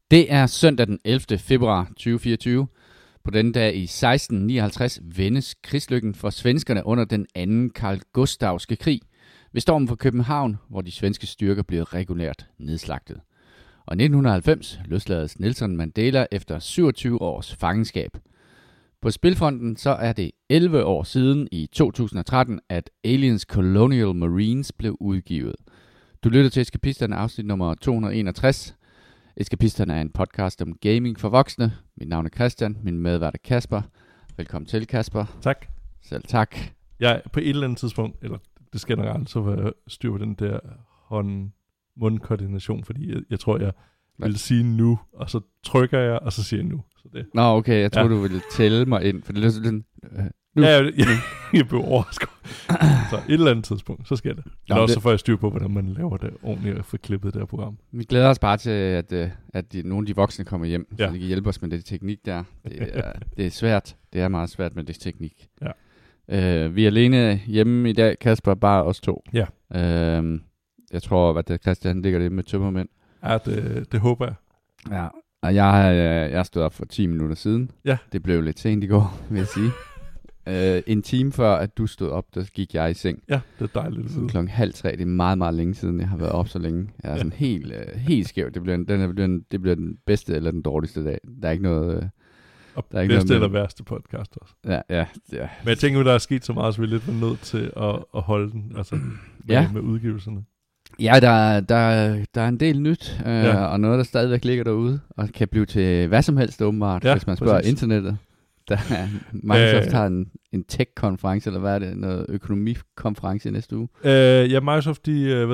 Det er søndag den 11. februar 2024. På denne dag i 1659 vendes krigslykken for svenskerne under den anden Karl Gustavske krig ved stormen for København, hvor de svenske styrker blev regulært nedslagtet. Og i 1990 løslades Nelson Mandela efter 27 års fangenskab. På spilfronten så er det 11 år siden i 2013, at Aliens Colonial Marines blev udgivet. Du lytter til Eskapisterne afsnit nummer 261. Eskapisterne er en podcast om gaming for voksne. Mit navn er Christian, min medvært er Kasper. Velkommen til, Kasper. Tak. Selv tak. Jeg på et eller andet tidspunkt, eller det skal nok aldrig, så vil jeg styre på den der hånd-mund-koordination, fordi jeg tror, jeg vil sige nu, og så trykker jeg, og så siger jeg nu. Så det. Nå, okay, jeg tror du ville tælle mig ind, for det er sådan nu. Jeg blev overrasket. Så et eller andet tidspunkt, så skal det. Men også så får jeg styr på, hvordan man laver det ordentligt og får klippet det her program. Vi glæder os bare til, at nogle af de voksne kommer hjem, så de kan hjælpe os med det teknik der. Det er svært. Det er meget svært med det teknik. Ja. Vi er alene hjemme i dag, Kasper, bare os to. Ja. Jeg tror, at Christian ligger det med tømmermænd. Ja, det håber jeg. Ja, og jeg stod op for 10 minutter siden. Ja. Det blev lidt sent i går, vil jeg sige. En time før, at du stod op, der gik jeg i seng. Ja, det er dejligt. Så 2:30. Det er meget, meget længe siden, jeg har været op så længe. Jeg er sådan helt skæv. Det bliver den bedste eller den dårligste dag. Der er ikke noget... Og der er ikke bedste eller værste podcast også. Ja. Men jeg tænker, der er sket så meget, så vi er lidt nødt til at holde den, altså med udgivelserne. Ja, der er en del nyt, og noget, der stadigvæk ligger derude, og kan blive til hvad som helst åbenbart, hvis man spørger internettet. Microsoft har en tech-konference, eller hvad er det? Noget økonomikonference næste uge? Ja, Microsoft, de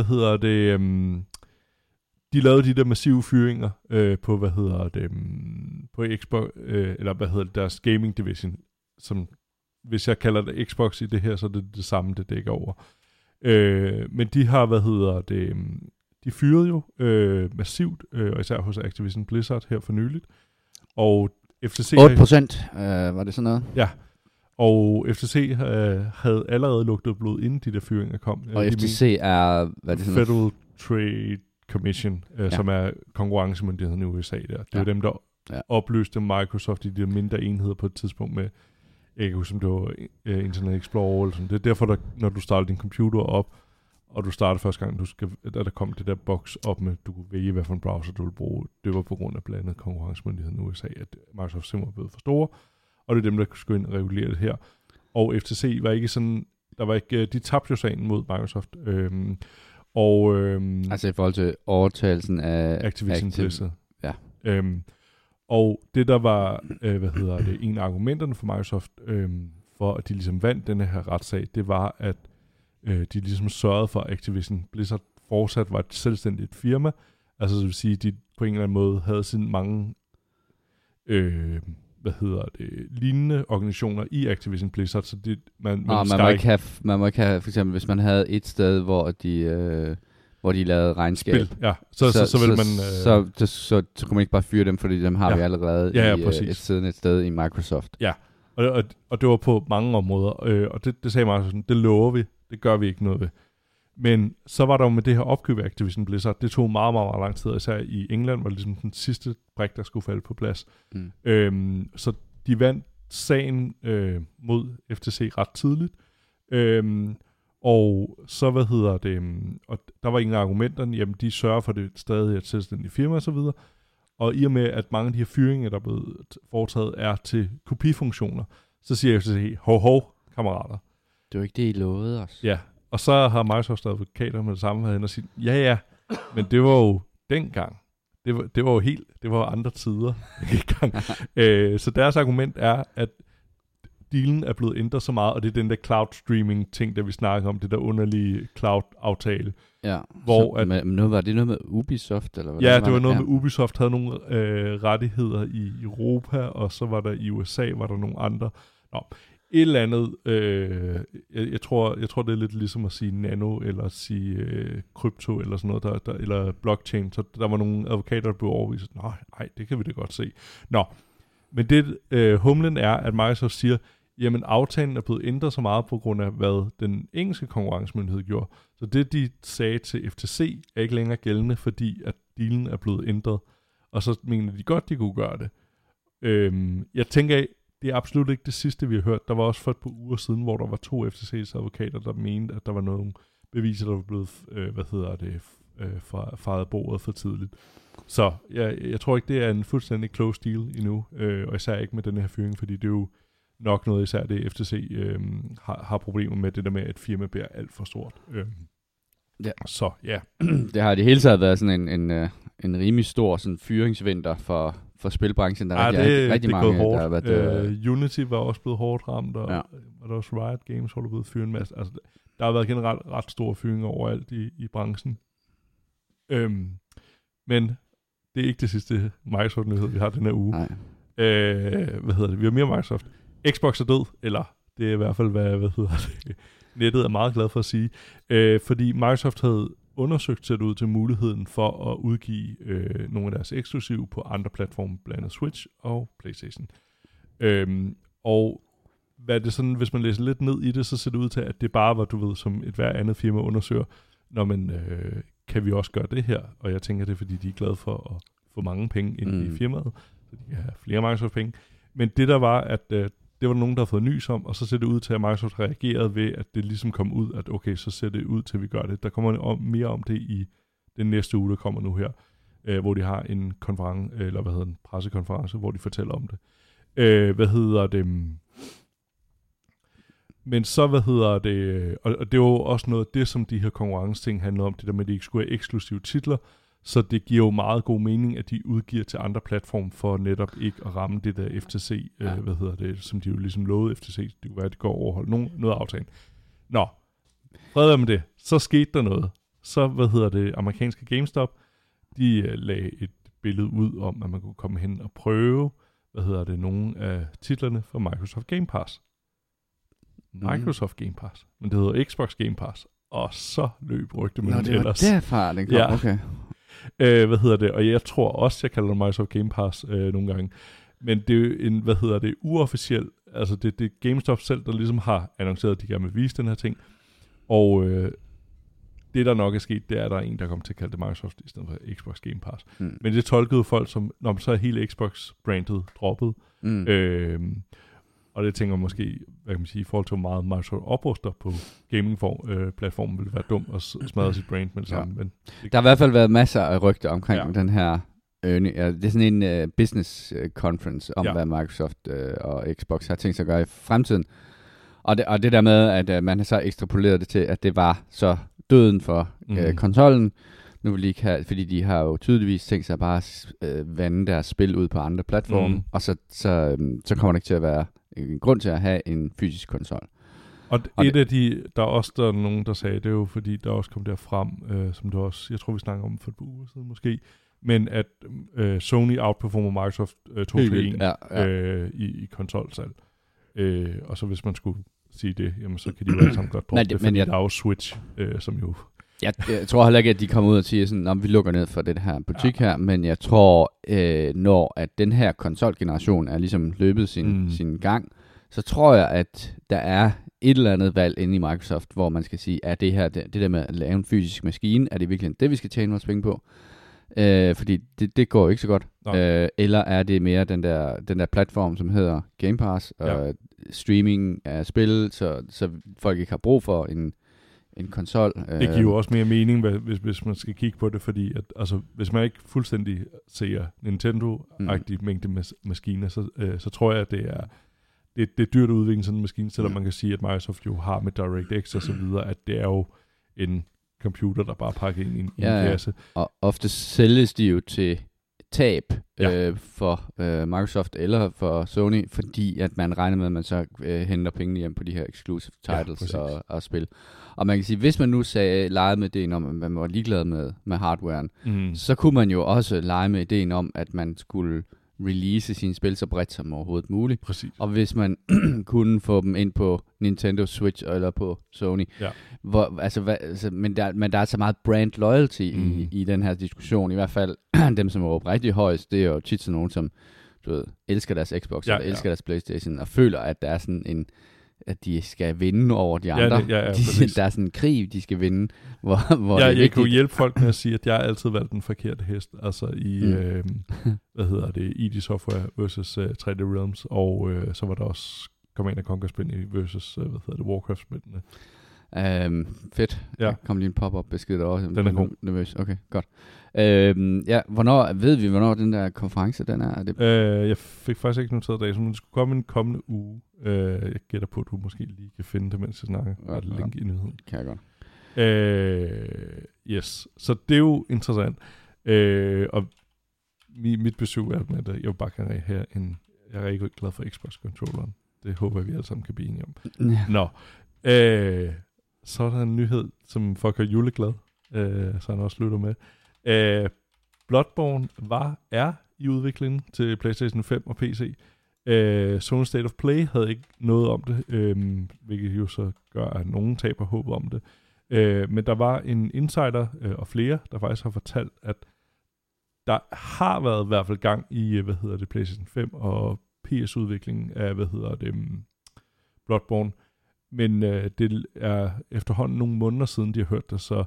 lavede de der massive fyringer på, på Xbox, eller deres gaming division, som, hvis jeg kalder det Xbox i det her, så er det samme, det dækker over. Men de har, de fyrede jo massivt, og især hos Activision Blizzard her for nyligt, og FTC... 8% var det sådan noget? Ja, og FTC havde allerede lugtet blod, inden de der fyringer kom. Og FTC er... Hvad er det sådan Federal Trade Commission, som er konkurrencemyndigheden i USA der. Det er dem, der opløste Microsoft i de mindre enheder på et tidspunkt med... Jeg kan huske, om det var Internet Explorer eller sådan. Det er derfor, når du starter din computer op, og du starter første gang, der kom det der boks op med, du kunne vælge, hvad for en browser du ville bruge. Det var på grund af blandt andet konkurrencemyndigheden i USA, at Microsoft simpelthen var blevet for store, og det er dem, der skulle ind og regulere det her. Og FTC var ikke sådan, de tabte jo sagen mod Microsoft. Altså i forhold til overtagelsen af Activision Blizzard. Ja. Og det der var, en af argumenterne for Microsoft, for at de ligesom vandt denne her retssag, det var, at de ligesom sørgede for, at Activision Blizzard fortsat var et selvstændigt firma. Altså det vil sige, at de på en eller anden måde havde sådan mange lignende organisationer i Activision Blizzard, så det man må ikke have, for eksempel hvis man havde et sted, hvor de lavede regnskab. Spil, ja. Så vil man... Så kunne man ikke bare fyre dem, fordi dem har vi allerede et sted i Microsoft. Ja, og det var på mange områder, og det sagde Microsoft sådan, det lover vi, det gør vi ikke noget ved. Men så var der jo med det her opkøb af Activision Blizzard, det tog meget, meget, meget lang tid, især i England var det ligesom den sidste brik, der skulle falde på plads. Så de vandt sagen mod FTC ret tidligt, og så, og der var ingen argumenterne, jamen de sørger for, det stadig et selvstændigt firma og så videre, og i og med, at mange af de her fyringer, der er blevet foretaget, er til kopifunktioner, så siger FTC, hov, kammerater. Det var ikke det, I lovede os. Ja, og så har Microsoft advokater med det samme været hen og sige, ja, men det var jo dengang. Det var jo andre tider engang. Så deres argument er, at dealen er blevet ændret så meget, og det er den der cloud streaming ting, der vi snakker om, det der underlige cloud-aftale. Ja, hvor var det noget med Ubisoft? Eller hvad det var noget med Ubisoft, havde nogle rettigheder i Europa, og så var der i USA, var der nogle andre. Et eller andet, jeg tror det er lidt ligesom at sige nano, eller at sige krypto, eller sådan noget, eller blockchain, så der var nogle advokater, der blev overvist, nej, det kan vi da godt se. Men det humlen er, at Microsoft siger, jamen aftalen er blevet ændret så meget på grund af, hvad den engelske konkurrencemyndighed gjorde. Så det, de sagde til FTC, er ikke længere gældende, fordi at dealen er blevet ændret. og så mener de godt, de kunne gøre det. Jeg tænker, det er absolut ikke det sidste, vi har hørt. Der var også for et par uger siden, hvor der var 2 FTC's advokater, der mente, at der var nogle beviser, der var blevet, faret bordet for tidligt. Så jeg tror ikke, det er en fuldstændig close deal endnu, og især ikke med den her fyring, fordi det er jo nok noget, især det FTC har problemer med, det der med, at et firma bliver alt for stort. Ja. Så ja. Det har i det hele taget været sådan en rimelig stor sådan fyringsvinter for spilbranchen. Der er rigtig mange, hårdt. Der har været, Unity var også blevet hårdt ramt, og var der også Riot Games, hvor der blevet fyret en masse. Altså, der har været generelt ret store fyringer overalt i branchen. Men det er ikke det sidste Microsoft-nyhed, vi har den her uge. Nej. Vi har mere Microsoft. Xbox er død, eller det er i hvert fald, hvad nettet er meget glad for at sige. Fordi Microsoft havde undersøgt set ud til muligheden for at udgive nogle af deres eksklusive på andre platforme, blandt andet Switch og PlayStation. Og hvad det sådan, hvis man læser lidt ned i det, så ser det ud til, at det bare var, du ved, som et hver andet firma undersøger, når man kan vi også gøre det her? Og jeg tænker, det er, fordi de er glade for at få mange penge ind i firmaet, så de kan have flere Microsoft-penge. Men det der var, at det var nogen, der har fået nys om, og så ser det ud til, at Microsoft reagerede ved, at det ligesom kom ud, at okay, så ser det ud til, at vi gør det. Der kommer mere om det i den næste uge, der kommer nu her, hvor de har en pressekonference, hvor de fortæller om det. Men så, og det var jo også noget af det, som de her konkurrence-ting handlede om, det der med, at de ikke skulle have eksklusive titler, så det giver jo meget god mening, at de udgiver til andre platforme, for netop ikke at ramme det der FTC, som de jo ligesom lovede FTC, det kunne være, at de går overholde noget af aftalen. Nå, fred med det. Så skete der noget. Så, amerikanske GameStop, de lagde et billede ud om, at man kunne komme hen og prøve, nogle af titlerne fra Microsoft Game Pass. Microsoft Game Pass, men det hedder Xbox Game Pass, og så løb rygtemønnen ellers. Nå, det var derfra, den kom, okay. Og jeg tror også, jeg kalder det Microsoft Game Pass nogle gange, men det er jo en, uofficiel, altså det er GameStop selv, der ligesom har annonceret, at de gerne vil vise den her ting, og det der nok er sket, det er, at der er en, der kommer til at kalde det Microsoft i stedet for Xbox Game Pass. Men det tolkede folk som, så er hele Xbox-brandet droppet, og det tænker måske, hvad kan man sige, i forhold til hvor meget Microsoft opruster på gaming-platformen, ville være dumt at smadre sit brand med det samme. Men der har i hvert fald været masser af rygter omkring den her. Det er sådan en business conference om, hvad Microsoft og Xbox har tænkt sig at gøre i fremtiden. Og det der med, at man har så ekstrapoleret det til, at det var så døden for konsollen. Nu vil de ikke have, fordi de har jo tydeligvis tænkt sig bare at vande deres spil ud på andre platforme, og så kommer det ikke til at være en grund til at have en fysisk konsol. Og et af de, der er også der er nogen, der sagde, det er jo fordi, der også kom der frem, som du også, jeg tror vi snakker om for et par uger siden måske, men at Sony outperformer Microsoft 2-1 i konsolsalg. Og så hvis man skulle sige det, jamen så kan de jo alle sammen godt droppe det, fordi der er jo Switch, som jo... Jeg tror heller ikke, at de kommer ud og siger sådan, at vi lukker ned for det her butik her, men jeg tror, når at den her konsolgeneration er ligesom løbet sin gang, så tror jeg, at der er et eller andet valg inde i Microsoft, hvor man skal sige, at det der med at lave en fysisk maskine, er det virkelig det, vi skal tjene vores penge på? Fordi det går ikke så godt. Eller er det mere den der platform, som hedder Game Pass, og streaming af spil, så folk ikke har brug for en konsol. Det giver jo også mere mening, hvis man skal kigge på det, fordi at, altså, hvis man ikke fuldstændig ser Nintendo-agtige mængde maskiner, så tror jeg, at det er dyrt at udvikle sådan en maskine, selvom man kan sige, at Microsoft jo har med DirectX og så videre, at det er jo en computer, der bare pakker ind i en kasse. Og ofte sælges de jo til tab for Microsoft eller for Sony, fordi at man regner med, at man så henter pengene hjem på de her exclusive titles og spil. Og man kan sige, hvis man nu legede med ideen om, at man var ligeglad med hardwaren, så kunne man jo også lege med ideen om, at man skulle release sine spil så bredt som overhovedet muligt. Præcis. Og hvis man kunne få dem ind på Nintendo Switch eller på Sony. Ja. Men der er så meget brand loyalty i den her diskussion. I hvert fald dem, som råber rigtig højst, det er jo tit sådan nogen, som elsker deres Xbox eller elsker deres PlayStation, og føler, at der er sådan at de skal vinde over de andre. Der er sådan en krig, de skal vinde, hvor det er jeg kunne hjælpe folk med at sige, at jeg altid valgt den forkerte hest, altså i, ID Software versus 3D Realms, og så var der også Command & Conquer spil versus, Warcraft-spillene. Fedt. Ja. Kom lige en pop-up besked der også. Den er god. Nervøs. Okay, godt. Ved vi, hvornår den der konference den er? Det... Jeg fik faktisk ikke noteret dag, så den skulle komme en kommende uge. Jeg gætter på, at du måske lige kan finde det, mens jeg snakker. Der er et link i nyheden. Kan jeg godt. Yes. Så det er jo interessant. Og mit besøg er med, at jeg vil bare gerne have jeg er ikke glad for Xbox-controlleren. Det håber jeg, vi alle sammen kan blive enige om. Ja. Nå. Så er der en nyhed, som folk er juleglad, så han også slutter med. Bloodborne er i udviklingen til PlayStation 5 og PC. Sony State of Play havde ikke noget om det, hvilket jo så gør, at nogen taber håbet om det. Men der var en insider og flere, der faktisk har fortalt, at der har været i hvert fald gang i, PlayStation 5 og PS-udviklingen af, Bloodborne. Men det er efterhånden nogle måneder siden, de har hørt det, så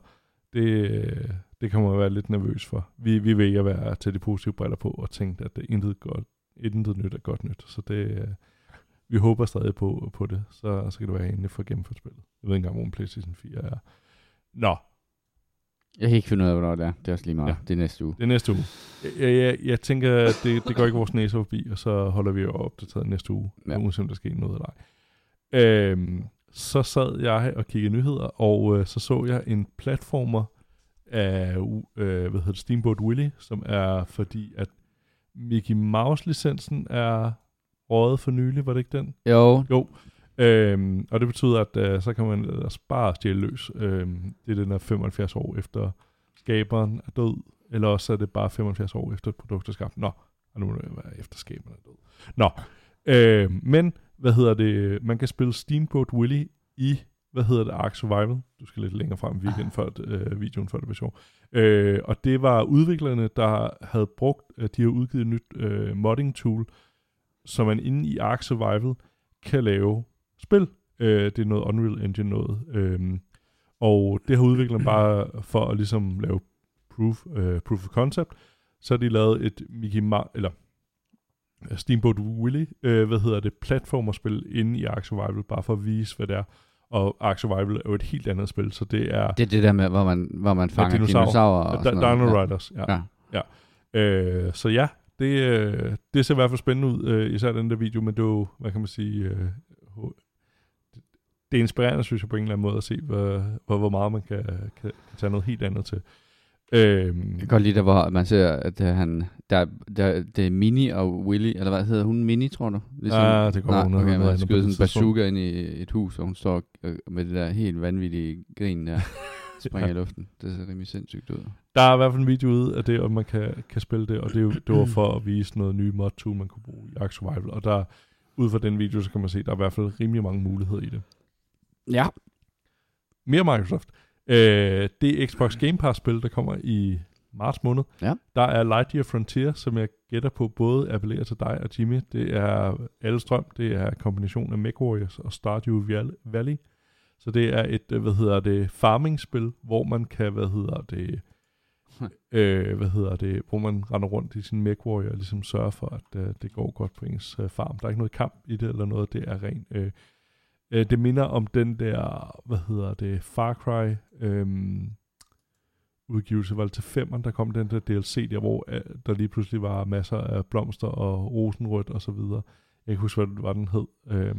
det kan man være lidt nervøs for. Vi vil ikke være til de positive briller på og tænke, at det intet nyt er godt nyt. Så vi håber stadig på det, så kan det være endelig for gennemført spillet. Jeg ved ikke engang, hvor en PlayStation 4 er. Nå. Jeg kan ikke finde ud af, hvornår det er. Det er også lige meget. Ja. Det er næste uge. Det er næste uge. Jeg tænker, at det går ikke vores næse forbi, og så holder vi jo opdateret næste uge. Ja. Uanset om der sker noget af dig. Så sad jeg og kiggede nyheder, og så jeg en platformer af Steamboat Willie, som er fordi, at Mickey Mouse-licensen er røget for nylig, var det ikke den? Jo. Og det betyder, at så kan man ellers bare stjæle løs. Det er den der 75 år efter skaberen er død, eller også er det bare 75 år efter et produkt er skabt. Nå, nu må det være efter skaberen er død. Nå, men man kan spille Steamboat Willie i, Ark Survival. Du skal lidt længere frem i weekenden før videoen, før det var sjov. Og det var udviklerne, der havde brugt, de har udgivet et nyt modding tool, så man inde i Ark Survival kan lave spil. Det er noget Unreal Engine noget. Og det har udviklerne bare for at ligesom lave proof of concept, så har de lavet et Steamboat Willie, platformerspil inde i Ark Survival, bare for at vise, hvad det er. Og Ark Survival er jo et helt andet spil, så det er... Det er det der med, hvor man fanger dinosaurer og sådan noget. Dino Riders, ja. Så ja, det ser i hvert fald spændende ud, især den der video, men det er jo, hvad kan man sige... det er inspirerende, synes jeg, på en eller anden måde at se, hvor meget man kan tage noget helt andet til. Jeg kan godt lide der, hvor man ser, at det er Minnie og Willy, eller hvad hedder hun? Minnie, tror du? Ligesom, det går hun. Okay, man skyder sådan en bazooka ind i et hus, og hun står med det der helt vanvittige grin der, springer i luften. Det ser rimelig sindssygt ud. Der er i hvert fald en video ud af det, og man kan spille det, og det var for at vise noget nye mod-tool, man kunne bruge i Ark Survival. Og der, ud fra den video, så kan man se, der er i hvert fald rimelig mange muligheder i det. Ja. Mere Microsoft. Det er Xbox Game Pass-spil, der kommer i marts måned. Ja. Der er Lightyear Frontier, som jeg gætter på både appellerer til dig og Jimmy. Det er alle strøm. Det er en kombination af MechWarriors og Stardew Valley. Så det er et, farming-spil, hvor man kan, hvor man render rundt i sin MechWarrior og ligesom sørger for, at det går godt på ens farm. Der er ikke noget kamp i det eller noget. Det er rent... det minder om den der, Far Cry udgivelse, var det til 5'eren, der kom den der DLC der, hvor der lige pludselig var masser af blomster og rosenrødt og så videre. Jeg kan ikke huske, hvad den hed.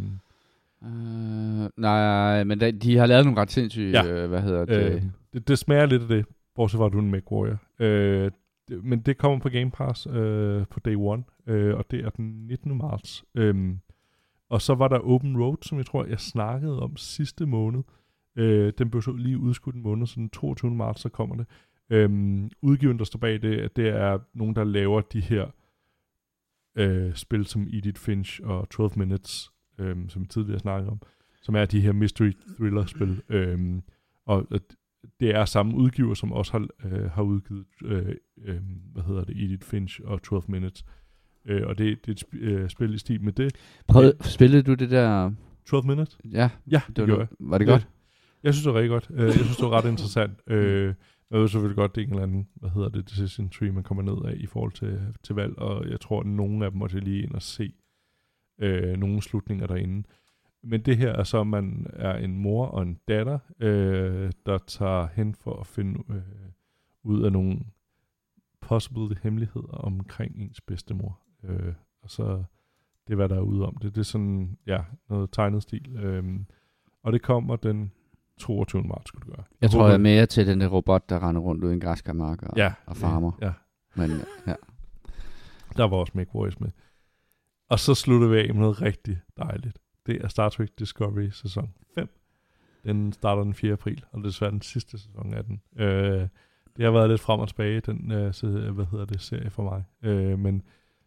Nej, men de har lavet nogle ret sindssyge, det smager lidt af det, bortset fra, at du er en MechWarrior. Men det kommer på Game Pass på Day 1, og det er den 19. marts. Og så var der Open Road, som jeg tror, jeg snakkede om sidste måned. Den blev så lige udskudt en måned, så den 22. marts, så kommer det. Udgiven, der står bag det er nogen, der laver de her spil som Edith Finch og 12 Minutes, som vi tidligere snakkede om, som er de her mystery thriller-spil. Og det er samme udgiver, som også har udgivet Edith Finch og 12 Minutes. Og det er et spil i stil med det. Spillede du det der 12 Minutes? Ja, var det godt? Jeg synes, det var rigtig godt. Jeg synes, det var ret interessant. Jeg ved selvfølgelig godt, det er en eller anden, decision tree, man kommer ned af i forhold til valg, og jeg tror, at nogle af dem måtte lige ind og se nogle slutninger derinde. Men det her er så, at man er en mor og en datter, der tager hen for at finde ud af nogle possible hemmeligheder omkring ens bedstemor. Og så det er, hvad der er ude om det. Det er sådan, noget tegnet stil. Og det kommer den 22. marts, skulle det gøre. Jeg tror, jeg er mere til den der robot, der render rundt ude i en græskarmark og farmer. Ja. Men, ja. Der var også McVoice med. Og så slutter vi af med noget rigtig dejligt. Det er Star Trek Discovery sæson 5. Den starter den 4. april, og det er desværre den sidste sæson af den. Det har været lidt frem og tilbage, den serie for mig. Men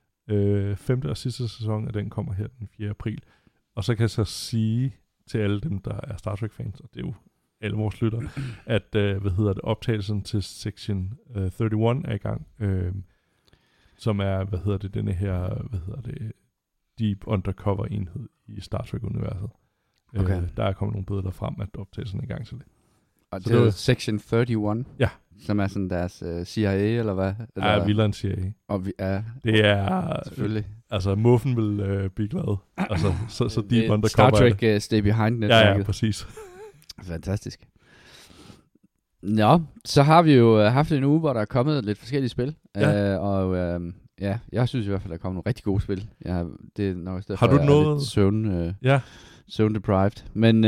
5. og sidste sæson af den kommer her den 4. april. Og så kan jeg så sige til alle dem, der er Star Trek-fans, og det er jo alle vores lytter, at optagelsen til Section 31 er i gang, som er, denne her, deep undercover enhed i Star Trek-universet. Okay. Der er kommet nogle billeder frem, at optagelsen er i gang til det. Og det er Section 31? Ja. Som er sådan deres CIA, eller hvad? Eller? Ja, vildere end CIA. Og det er... Selvfølgelig. Altså, Muffen vil blive glad. Altså, så deep undercover. Star Trek Stay Behind. Ja, præcis. Fantastisk. Nå, så har vi jo haft en uge, hvor der er kommet lidt forskellige spil. Ja. Jeg synes i hvert fald, der er kommet nogle rigtig gode spil. Det er nok har du noget? Søvn deprived. Men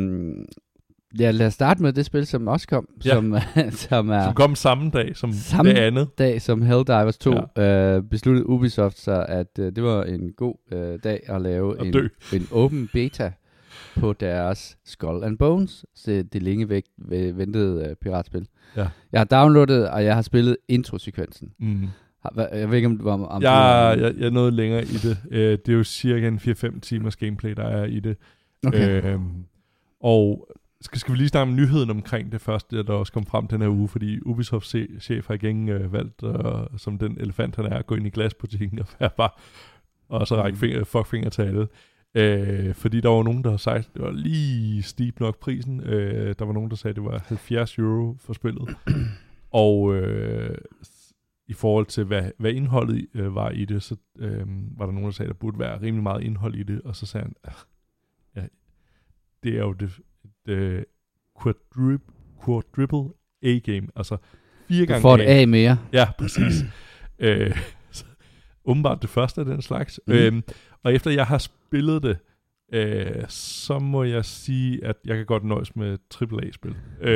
lad os starte med det spil, som også kom. Som kom samme dag som det andet. Dag som Helldivers 2. Ja. Besluttede Ubisoft så, at det var en god dag at lave en open beta på deres Skull and Bones, det længe ventede piratspil. Ja. Jeg har downloadet, og jeg har spillet introsekvensen. Jeg ved ikke, om jeg nåede længere i det. Det er jo cirka en 4-5 timers gameplay, der er i det. Okay. Og skal vi lige snakke om nyheden omkring det første, der også kom frem den her uge, fordi Ubisofts chef har igen valgt, som den elefant han er, at gå ind i glasbutikken og så række fuckfinger til alle. Fordi der var nogen, der har sagt, at det var lige steep nok prisen. Der var nogen, der sagde, at det var 70 euro for spillet. Og i forhold til, hvad indholdet var i det, så var der nogen, der sagde, at der burde være rimelig meget indhold i det. Og så sagde han, det er jo det quadruple A-game. Altså 4 gange du får et A mere. Ja, præcis. Åbenbart det første af den slags. Og efter jeg har spillet det, så må jeg sige, at jeg kan godt nøjes med AAA-spil.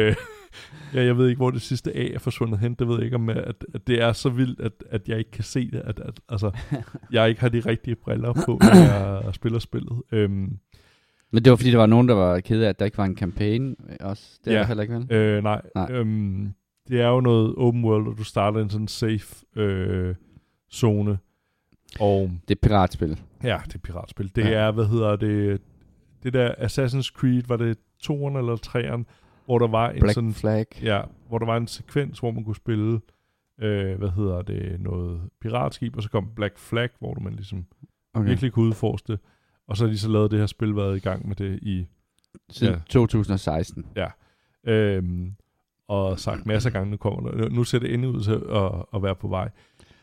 Jeg ved ikke, hvor det sidste A er forsvundet hen. Det ved jeg ikke, om at det er så vildt, at jeg ikke kan se det. Altså, jeg ikke har de rigtige briller på, når jeg spiller spillet. Men det var fordi, der var nogen, der var ked af, at der ikke var en campaign også. Det er der heller ikke, vel? Nej. Det er jo noget open world, og du starter en sådan safe zone. Og det er piratspil. Ja, det er piratspil. Det er, det der Assassin's Creed, var det 2'eren eller 3'eren, hvor der var en Black sådan... Flag. Ja, hvor der var en sekvens, hvor man kunne spille, noget piratskib, og så kom Black Flag, hvor man ligesom virkelig kunne udforske det. Og så har de så lavet det her spil, været i gang med det i... Siden 2016. Ja. Og sagt masser af gange, nu ser det endelig ud til at være på vej.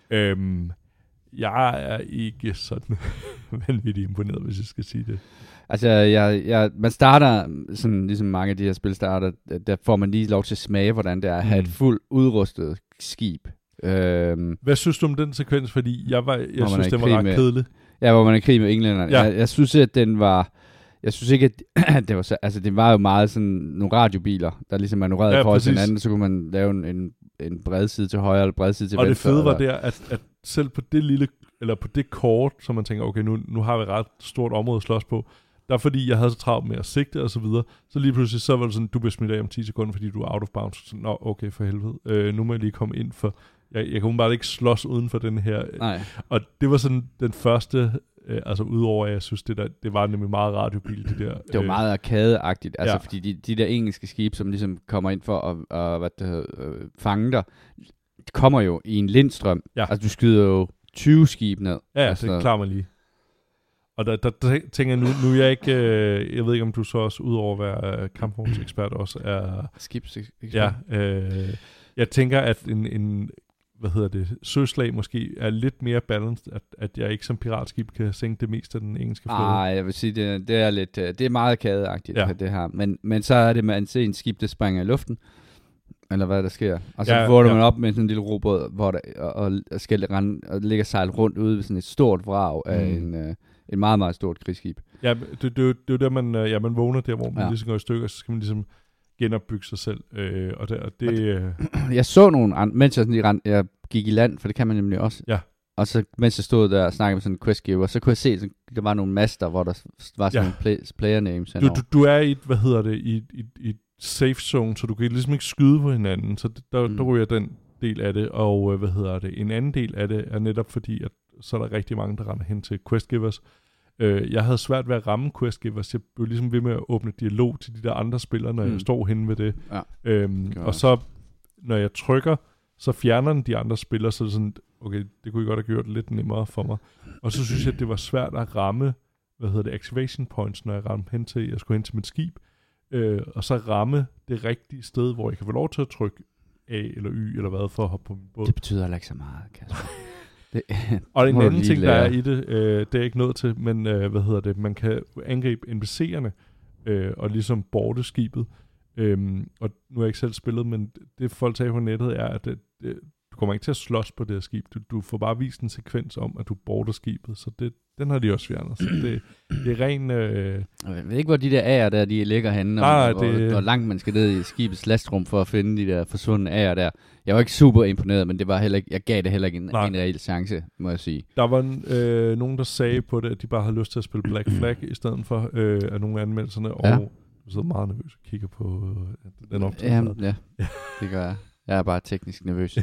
Jeg er ikke sådan vanvittigt imponeret, hvis jeg skal sige det. Altså, man starter, sådan ligesom mange af de her spil starter, der får man lige lov til at smage, hvordan det er at have et fuldt udrustet skib. Hvad synes du om den sekvens? Fordi jeg synes, den var ret kedelig. Ja, hvor man er i krig med englænderne. Ja. Jeg synes, at den var... Jeg synes ikke, at det var så... Altså, det var jo meget sådan nogle radiobiler, der ligesom manøvrerede i forhold til hinanden, så kunne man lave en bred side til højre, eller bred side til venstre. Og det fede var der, at selv på det lille... Eller på det kort, så man tænker, okay, nu har vi et ret stort område at slås på. Der fordi jeg havde så travlt med at sigte og så videre, så lige pludselig så var det sådan, du bliver smidt af om 10 sekunder, fordi du er out of bounds. Så, nå, okay, for helvede. Nu må jeg lige komme ind for... Jeg kan bare ikke slås uden for den her. Nej. Og det var sådan den første... altså udover at jeg synes det var nemlig meget radiobil det der. Det var meget arcade-agtigt, altså fordi de der engelske skibe, som ligesom kommer ind for at fange dig, kommer jo i en lindstrøm. Ja. Altså du skyder jo 20 skib ned. Ja, altså, det klarer man lige. Og der tænker jeg, nu er jeg ikke, jeg ved ikke, om du så også, udover at være kampvognsekspert, også er... Skibsekspert? Ja, jeg tænker, at en søslag måske er lidt mere balanced, at jeg ikke som piratskib kan sænke det meste af den engelske flåde. Nej, jeg vil sige, det er lidt, det er meget kadeagtigt, det her. Men så er det, man ser en skib, der springer i luften, eller hvad der sker. Og så vågner man op med sådan en lille robåd, hvor der og skal rende, og ligger sejl rundt ude ved sådan et stort vrag af en meget, meget stort krigsskib. Ja, det er jo der, man vågner der, hvor man ligesom går i stykker, så skal man ligesom genopbygge sig selv. Jeg så nogle mens jeg gik i land, for det kan man nemlig også. Ja. Og så mens jeg stod der og snakkede med sådan en questgiver, så kunne jeg se, at der var nogle master, hvor der var sådan nogle player names. Du er i et safe zone, så du kan ligesom ikke skyde på hinanden, så der ryger den del af det, og en anden del af det er netop fordi, at så er der rigtig mange, der render hen til questgivers. Jeg havde svært ved at ramme questgivers. Jeg blev ligesom ved med at åbne dialog til de der andre spillere, når jeg står henne ved det. Ja. Og så, når jeg trykker, så fjerner den de andre spillere, så er det sådan, okay, det kunne I godt have gjort lidt nemmere for mig. Og så synes jeg, at det var svært at ramme, activation points, når jeg skulle hen til mit skib, og så ramme det rigtige sted, hvor jeg kan få lov til at trykke A eller Y, eller hvad, for at hoppe på min båd. Det betyder heller ikke så meget, Kasper. Og en anden ting, der er i det, det er ikke noget til, men man kan angribe NPC'erne og ligesom borte skibet. Og nu har jeg ikke selv spillet, men det folk tager på nettet er, at du kommer ikke til at slås på det her skib. Du får bare vist en sekvens om, at du borter skibet, så den har de også fjernet. Så det er ren... Jeg ved ikke, hvor de der ager der, de ligger henne, og hvor langt man skal ned i skibets lastrum for at finde de der forsvundne ager der. Jeg var ikke super imponeret, men det var heller ikke, jeg gav det heller ikke en reel chance, må jeg sige. Der var nogen, der sagde på det, at de bare havde lyst til at spille Black Flag i stedet for af nogle af anmeldelserne, og du sidder meget nervøs og kigger på den optagelse. Ja, det gør jeg. Jeg er bare teknisk nervøs.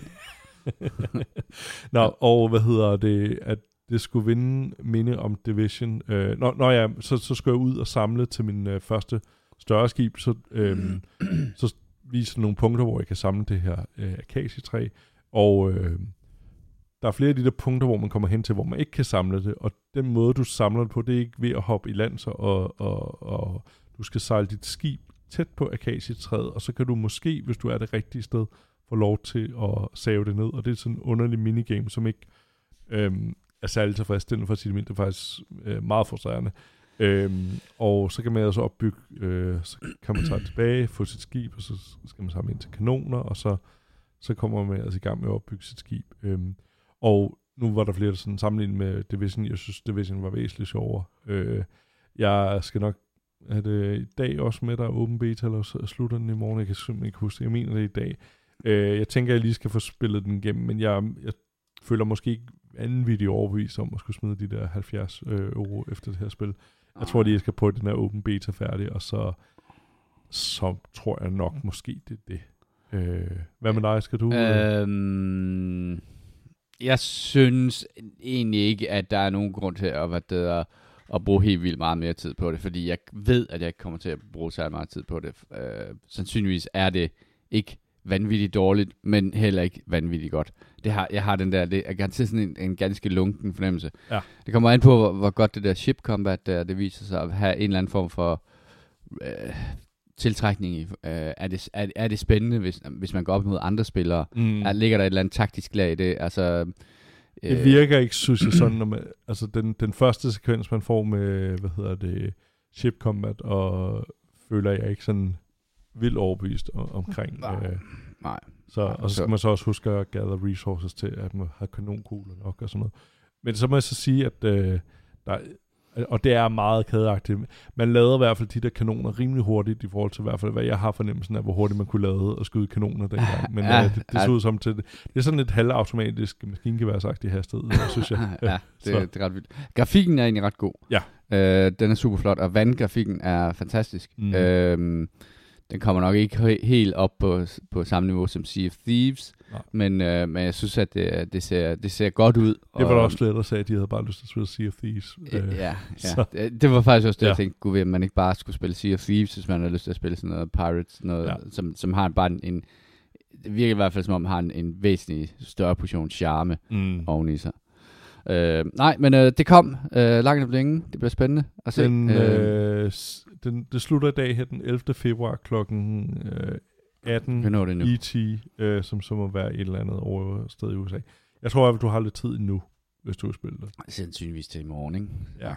Nå, og at det skulle vinde minde om Division. Så skulle jeg ud og samle til min første større skib, så viser nogle punkter, hvor jeg kan samle det her akacietræ, og der er flere af de der punkter, hvor man kommer hen til, hvor man ikke kan samle det, og den måde, du samler det på, det er ikke ved at hoppe i land, og du skal sejle dit skib tæt på akacietræet, og så kan du måske, hvis du er det rigtige sted, få lov til at save det ned, og det er sådan en underlig minigame, som ikke er særlig tilfredsstillende for at sige det mindre, det er faktisk meget frustrerende. Og så kan man altså opbygge, så kan man tage tilbage, få sit skib, og så skal man samle ind til kanoner, og så kommer man altså i gang med at opbygge sit skib. Og nu var der flere, der sådan sammenlignet med Division. Jeg synes, Division var væsentligt sjovere. Jeg skal nok have det i dag også med, der er open beta, eller slutter den i morgen. Jeg kan simpelthen ikke huske. Jeg mener det i dag. Jeg tænker, jeg lige skal få spillet den igennem, men jeg føler måske ikke vanvittigt overbevist om at skulle smide de der 70 euro efter det her spil. Jeg tror lige, jeg skal på den her open beta færdig, og så tror jeg nok måske det er det. Hvad med dig? Skal du... Jeg synes egentlig ikke, at der er nogen grund til at bruge helt vildt meget mere tid på det, fordi jeg ved, at jeg ikke kommer til at bruge særlig meget tid på det. Sandsynligvis er det ikke vanvittigt dårligt, men heller ikke vanvittigt godt. Jeg har den der, det er garanteret sådan en ganske lunken fornemmelse. Ja. Det kommer an på, hvor godt det der ship combat der, det viser sig at have en eller anden form for tiltrækning i. Er det spændende, hvis man går op mod andre spillere? Ligger der et eller andet taktisk lag i det? Altså, det virker ikke, synes jeg, sådan, når man, altså den første sekvens, man får med, ship combat, og føler jeg ikke sådan vildt overbevist omkring. Nej. Og så skal man så også huske at gather resources til, at man har kanonkugler nok og sådan noget. Men så må jeg så sige, at og det er meget kædeagtigt. Man lader i hvert fald de der kanoner rimelig hurtigt, i forhold til i hvert fald, hvad jeg har fornemmelsen af, hvor hurtigt man kunne lade og skyde kanoner dengang. Men det så ud som til det. Det er sådan et halvautomatisk maskingevær-agtigt hastighed, synes jeg. Det er ret vildt. Grafikken er egentlig ret god. Ja. Den er super flot, og vandgrafikken er fantastisk. Den kommer nok ikke helt op på samme niveau som Sea of Thieves, men jeg synes, at det ser godt ud. Det var da også flere, der sagde, at de havde bare lyst til at spille Sea of Thieves. Ja. Det var faktisk også det, jeg tænkte, gud ved, at man ikke bare skulle spille Sea of Thieves, hvis man havde lyst til at spille sådan noget Pirates, som har bare en det virker i hvert fald som om, har en væsentlig større portion charme oveni sig. Nej, men det kom langt om længe. Det bliver spændende at se. Det slutter i dag her den 11. februar klokken 18 ET, som så må være et eller andet sted i USA. Jeg tror, at du har lidt tid endnu, hvis du vil spille det. Sandsynligvis til i morgen, ikke? Ja.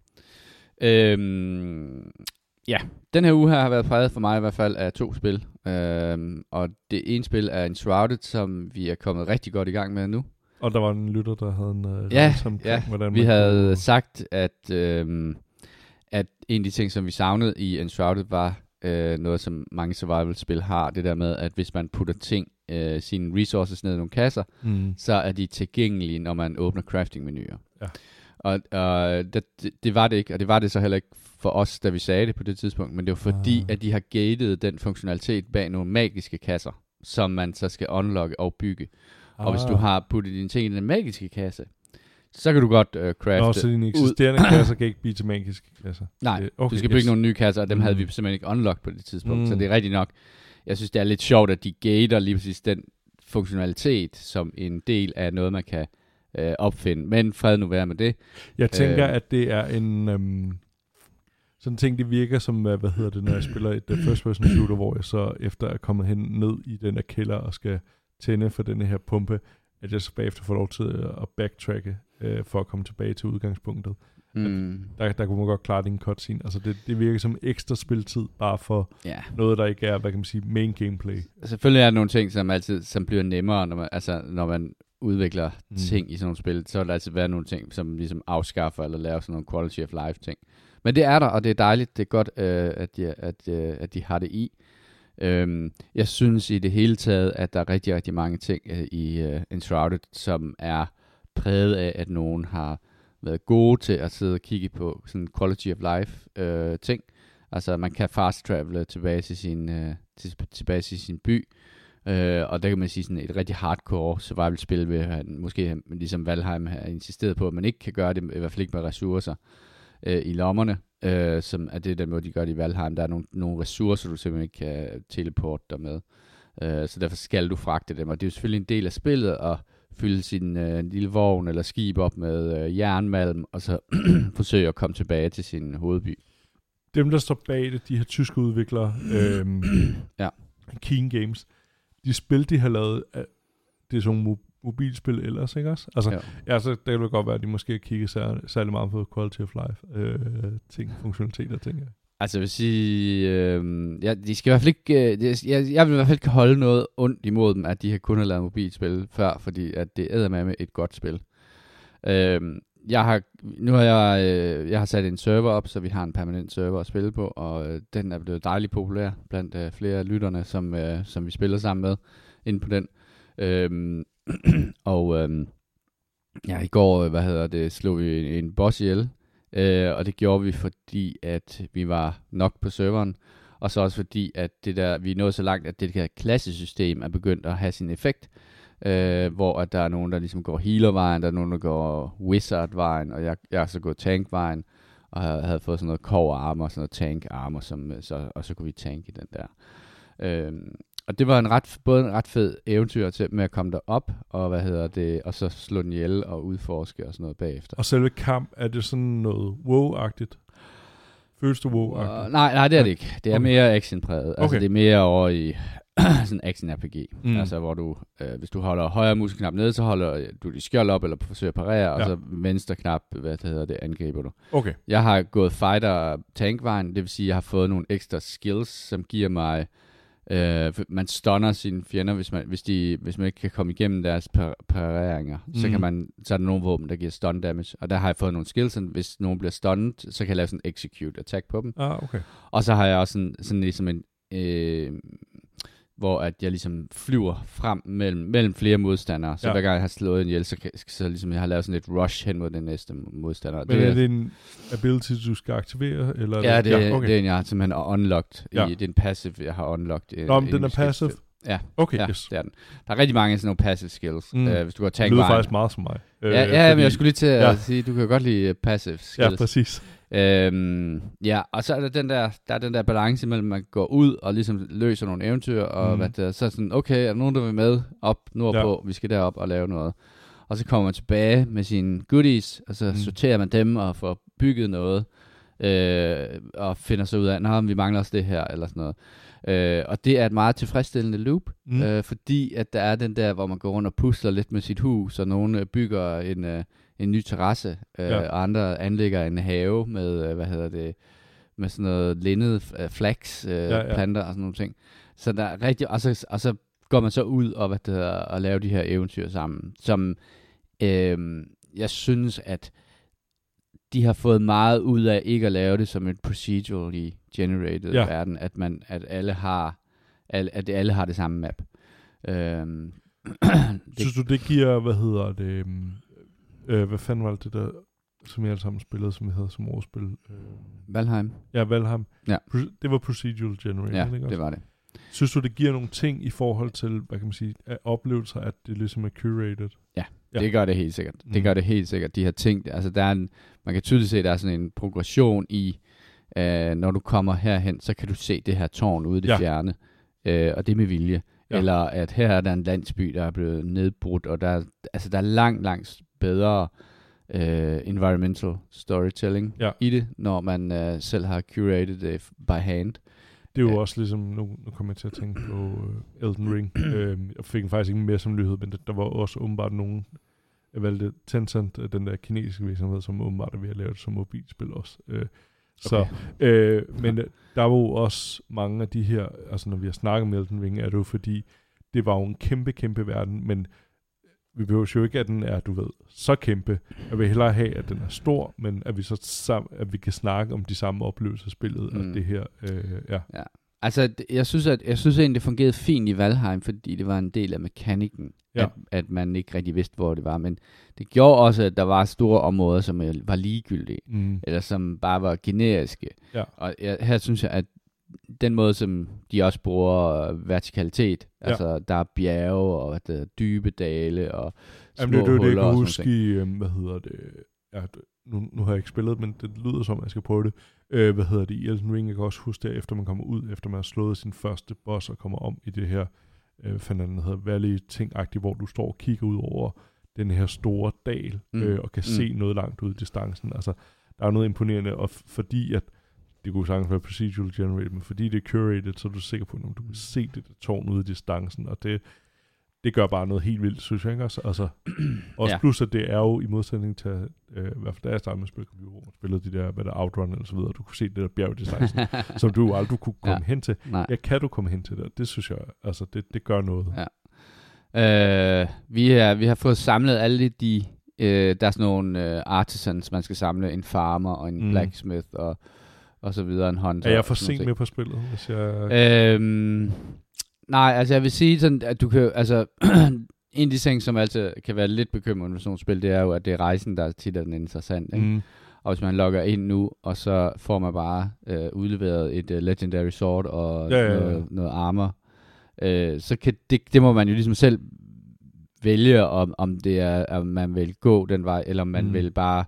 Ja, den her uge her har været præget for mig i hvert fald af 2 spil. Og det ene spil er Enshrouded, som vi er kommet rigtig godt i gang med nu. Og der var en lytter, der havde en hvordan vi havde sagt, at en af de ting, som vi savnede i Enshrouded, var noget, som mange survival-spil har. Det der med, at hvis man putter sine resources ned i nogle kasser, så er de tilgængelige, når man åbner crafting-menuer. Ja. Og det var det ikke, og det var det så heller ikke for os, da vi sagde det på det tidspunkt, men det var fordi, at de har gated den funktionalitet bag nogle magiske kasser, som man så skal unlocke og bygge. Og hvis du har puttet dine ting i den magiske kasse, så kan du godt crafte. Så dine eksisterende kasser kan ikke blive til magiske kasser? Nej, du skal bygge nogle nye kasser, og dem havde vi simpelthen ikke unlocked på det tidspunkt. Så det er rigtig nok. Jeg synes, det er lidt sjovt, at de gater lige præcis den funktionalitet som en del af noget, man kan opfinde. Men fred nu være med det. Jeg tænker, at det er en... sådan ting, det virker som, når jeg spiller et first person shooter, hvor jeg så efter er kommet hen ned i den her kælder og skal tænde for den her pumpe, at jeg så bagefter får lov til at backtracke for at komme tilbage til udgangspunktet. Der kunne man godt klare din cutscene. Altså det virker som ekstra spiltid, bare for noget, der ikke er, hvad kan man sige, main gameplay. Selvfølgelig er der nogle ting, som bliver nemmere, når man udvikler ting i sådan nogle spil, så vil der altid være nogle ting, som ligesom afskaffer eller laver sådan nogle quality of life ting. Men det er der, og det er dejligt. Det er godt, at de har det i. Jeg synes i det hele taget, at der er rigtig, rigtig mange ting i Enshrouded, som er præget af, at nogen har været gode til at sidde og kigge på sådan quality of life ting. Altså man kan fast travele tilbage til sin by. Og der kan man sige sådan et rigtig hardcore survival-spil, ved måske ligesom Valheim har insisteret på, at man ikke kan gøre det, i hvert fald ikke med ressourcer i lommerne, som er det der måde, de gør det i Valheim. Der er nogle ressourcer, du simpelthen ikke kan teleporte dig med. Så derfor skal du fragte dem, og det er jo selvfølgelig en del af spillet at fylde sin lille vogn eller skib op med jernmalm, og så forsøge at komme tilbage til sin hovedby. Dem, der står bag det, de her tyske udviklere, Keen Games, de spil, de har lavet, det er sådan mobilspil ellers, ikke også? Altså, så det kan godt være, at de måske kigger særlig meget på quality of life ting, funktionaliteter, ting. Altså, jeg vil sige, de skal i hvert fald ikke, jeg vil i hvert fald ikke holde noget ondt imod dem, at de har kun har lavet mobilspil før, fordi at det æder med et godt spil. Jeg har sat en server op, så vi har en permanent server at spille på, og den er blevet dejligt populær blandt flere af lytterne, som vi spiller sammen med inde på den. I går, slog vi en boss ihjel, og det gjorde vi, fordi at vi var nok på serveren, og så også fordi, at vi er nået så langt, at det her klassesystem er begyndt at have sin effekt, hvor at der er nogen, der ligesom går healer-vejen, der er nogen, der går wizard-vejen, og jeg har så gået tank-vejen, og havde fået sådan noget core-armor, sådan noget tank-armor, og så kunne vi tanke den der. Og det var både en ret fed eventyr med at komme derop, og og så slå den ihjel og udforske og sådan noget bagefter. Og selve kamp, er det sådan noget WoW-agtigt? Føles det WoW-agtigt? Nej, det er det ikke. Det er mere action-præget. Altså det er mere over i sådan action-RPG. Altså hvor du, hvis du holder højre musknap nede, så holder du dit skjold op, eller forsøger at parere, og så venstre knap, angriber du. Okay. Jeg har gået fighter-tankvejen, det vil sige, jeg har fået nogle ekstra skills, som giver mig... man stunner sine fjender, hvis man ikke kan komme igennem deres pareringer. Så er der nogle våben, der giver stun damage. Og der har jeg fået nogle skills, hvis nogen bliver stunned, så kan jeg lave sådan en execute attack på dem. Okay. Og så har jeg også sådan ligesom en hvor at jeg ligesom flyver frem mellem flere modstandere. Så hver gang jeg har slået en ihjel, så ligesom jeg har lavet sådan et rush hen mod den næste modstander. Men er det en ability, du skal aktivere? Eller det er en, jeg har simpelthen unlocked. Det er en passive, jeg har unlocked. Nå, men den er passive? Ja, okay, yes. Det er den. Der er rigtig mange sådan nogle passive skills. Hvis du går tank det lyder faktisk meget som mig. Men jeg skulle lige til at sige, du kan godt lide passive skills. Ja, præcis. Og så er der den der balance mellem, at man går ud og ligesom løser nogle eventyr, og så er sådan, okay, er der nogen, der vil med op nordpå, vi skal derop og lave noget. og så kommer man tilbage med sine goodies, og så sorterer man dem og får bygget noget, og finder så ud af, vi mangler også det her, eller sådan noget. Og det er et meget tilfredsstillende loop, fordi at der er den der, hvor man går rundt og pusler lidt med sit hus, og nogen bygger en ny terrasse, og andre anlægger en have med, med sådan noget lindet flax, planter og sådan nogle ting. Så der er rigtig, og så går man så ud og laver de her eventyr sammen, som jeg synes, at de har fået meget ud af ikke at lave det som et procedurally generated verden, at alle har det samme map. Synes du, det giver, hvad fanden var det der, som jeg alle sammen spillede, som vi havde som årsspil? Valheim. Ja, Valheim. Ja. Det var procedural generated, ja, ikke også? Det var det. Synes du, det giver nogle ting i forhold til, hvad kan man sige, oplevelser, at det ligesom er curated? Ja, det gør det helt sikkert. Det gør det helt sikkert. De her ting, altså der er man kan tydeligt se, at der er sådan en progression i, når du kommer herhen, så kan du se det her tårn ude i det fjerne, og det er med vilje. Ja. Eller at her er der en landsby, der er blevet nedbrudt, og der er langt bedre environmental storytelling i det, når man selv har curated det by hand. Det er jo også ligesom, nu kommer jeg til at tænke på Elden Ring. Jeg fik faktisk ikke mere som nyhed, men der var også åbenbart nogen, jeg valgte Tencent, den der kinesiske virksomhed, som åbenbart er ved at lave det som mobilspil også. Men der var jo også mange af de her, altså når vi har snakket med Elden Ring, er det jo fordi, det var jo en kæmpe verden, men vi behøver jo ikke, at den er, så kæmpe. Jeg vil hellere have, at den er stor, men at vi så at vi kan snakke om de samme oplevelser af spillet, og det her, ja. Altså, jeg synes egentlig, det fungerede fint i Valheim, fordi det var en del af mekanikken, at man ikke rigtig vidste, hvor det var. Men det gjorde også, at der var store områder, som var ligegyldige, eller som bare var generiske. Ja. Og her synes jeg, at den måde, som de også bruger vertikalitet, altså der er bjerge og dybe dale og små huller. Det jeg kan huske i, nu har jeg ikke spillet, men det lyder som, jeg skal prøve det. I Elden Ring, jeg kan også huske det, efter man kommer ud, efter man har slået sin første boss og kommer om i det her, valley-ting-agtigt, hvor du står og kigger ud over den her store dal, og kan se noget langt ud i distancen. Altså, der er noget imponerende, og fordi at det kunne sagtens være procedural generated, men fordi det er curated, så er du sikker på, at du kan se det der tårn ude i distancen, og det gør bare noget helt vildt, synes jeg ikke også? Altså, også plus, at det er jo i modsætning til, i hvert fald da jeg startede med at spille computer, hvor man spillede de der, Outrun eller så videre, du kunne se det der bjerg i distancen, som du aldrig kunne komme hen til. Nej. Ja, kan du komme hen til det? Det synes jeg, altså det gør noget. Ja. Vi har fået samlet alle de, der er sådan nogle artisans, man skal samle, en farmer og en blacksmith og så videre, en hunter. Er jeg for sent med på spillet? Hvis jeg... Nej, altså jeg vil sige sådan, at du kan, altså en af de ting, som altid kan være lidt bekymrende med sådan nogle spil, det er jo, at det er rejsen, der tit er den interessant, ikke? Og hvis man logger ind nu, og så får man bare udleveret et legendary sword og noget armor, så kan det må man jo ligesom selv vælge, om det er, om man vil gå den vej, eller om man vil bare,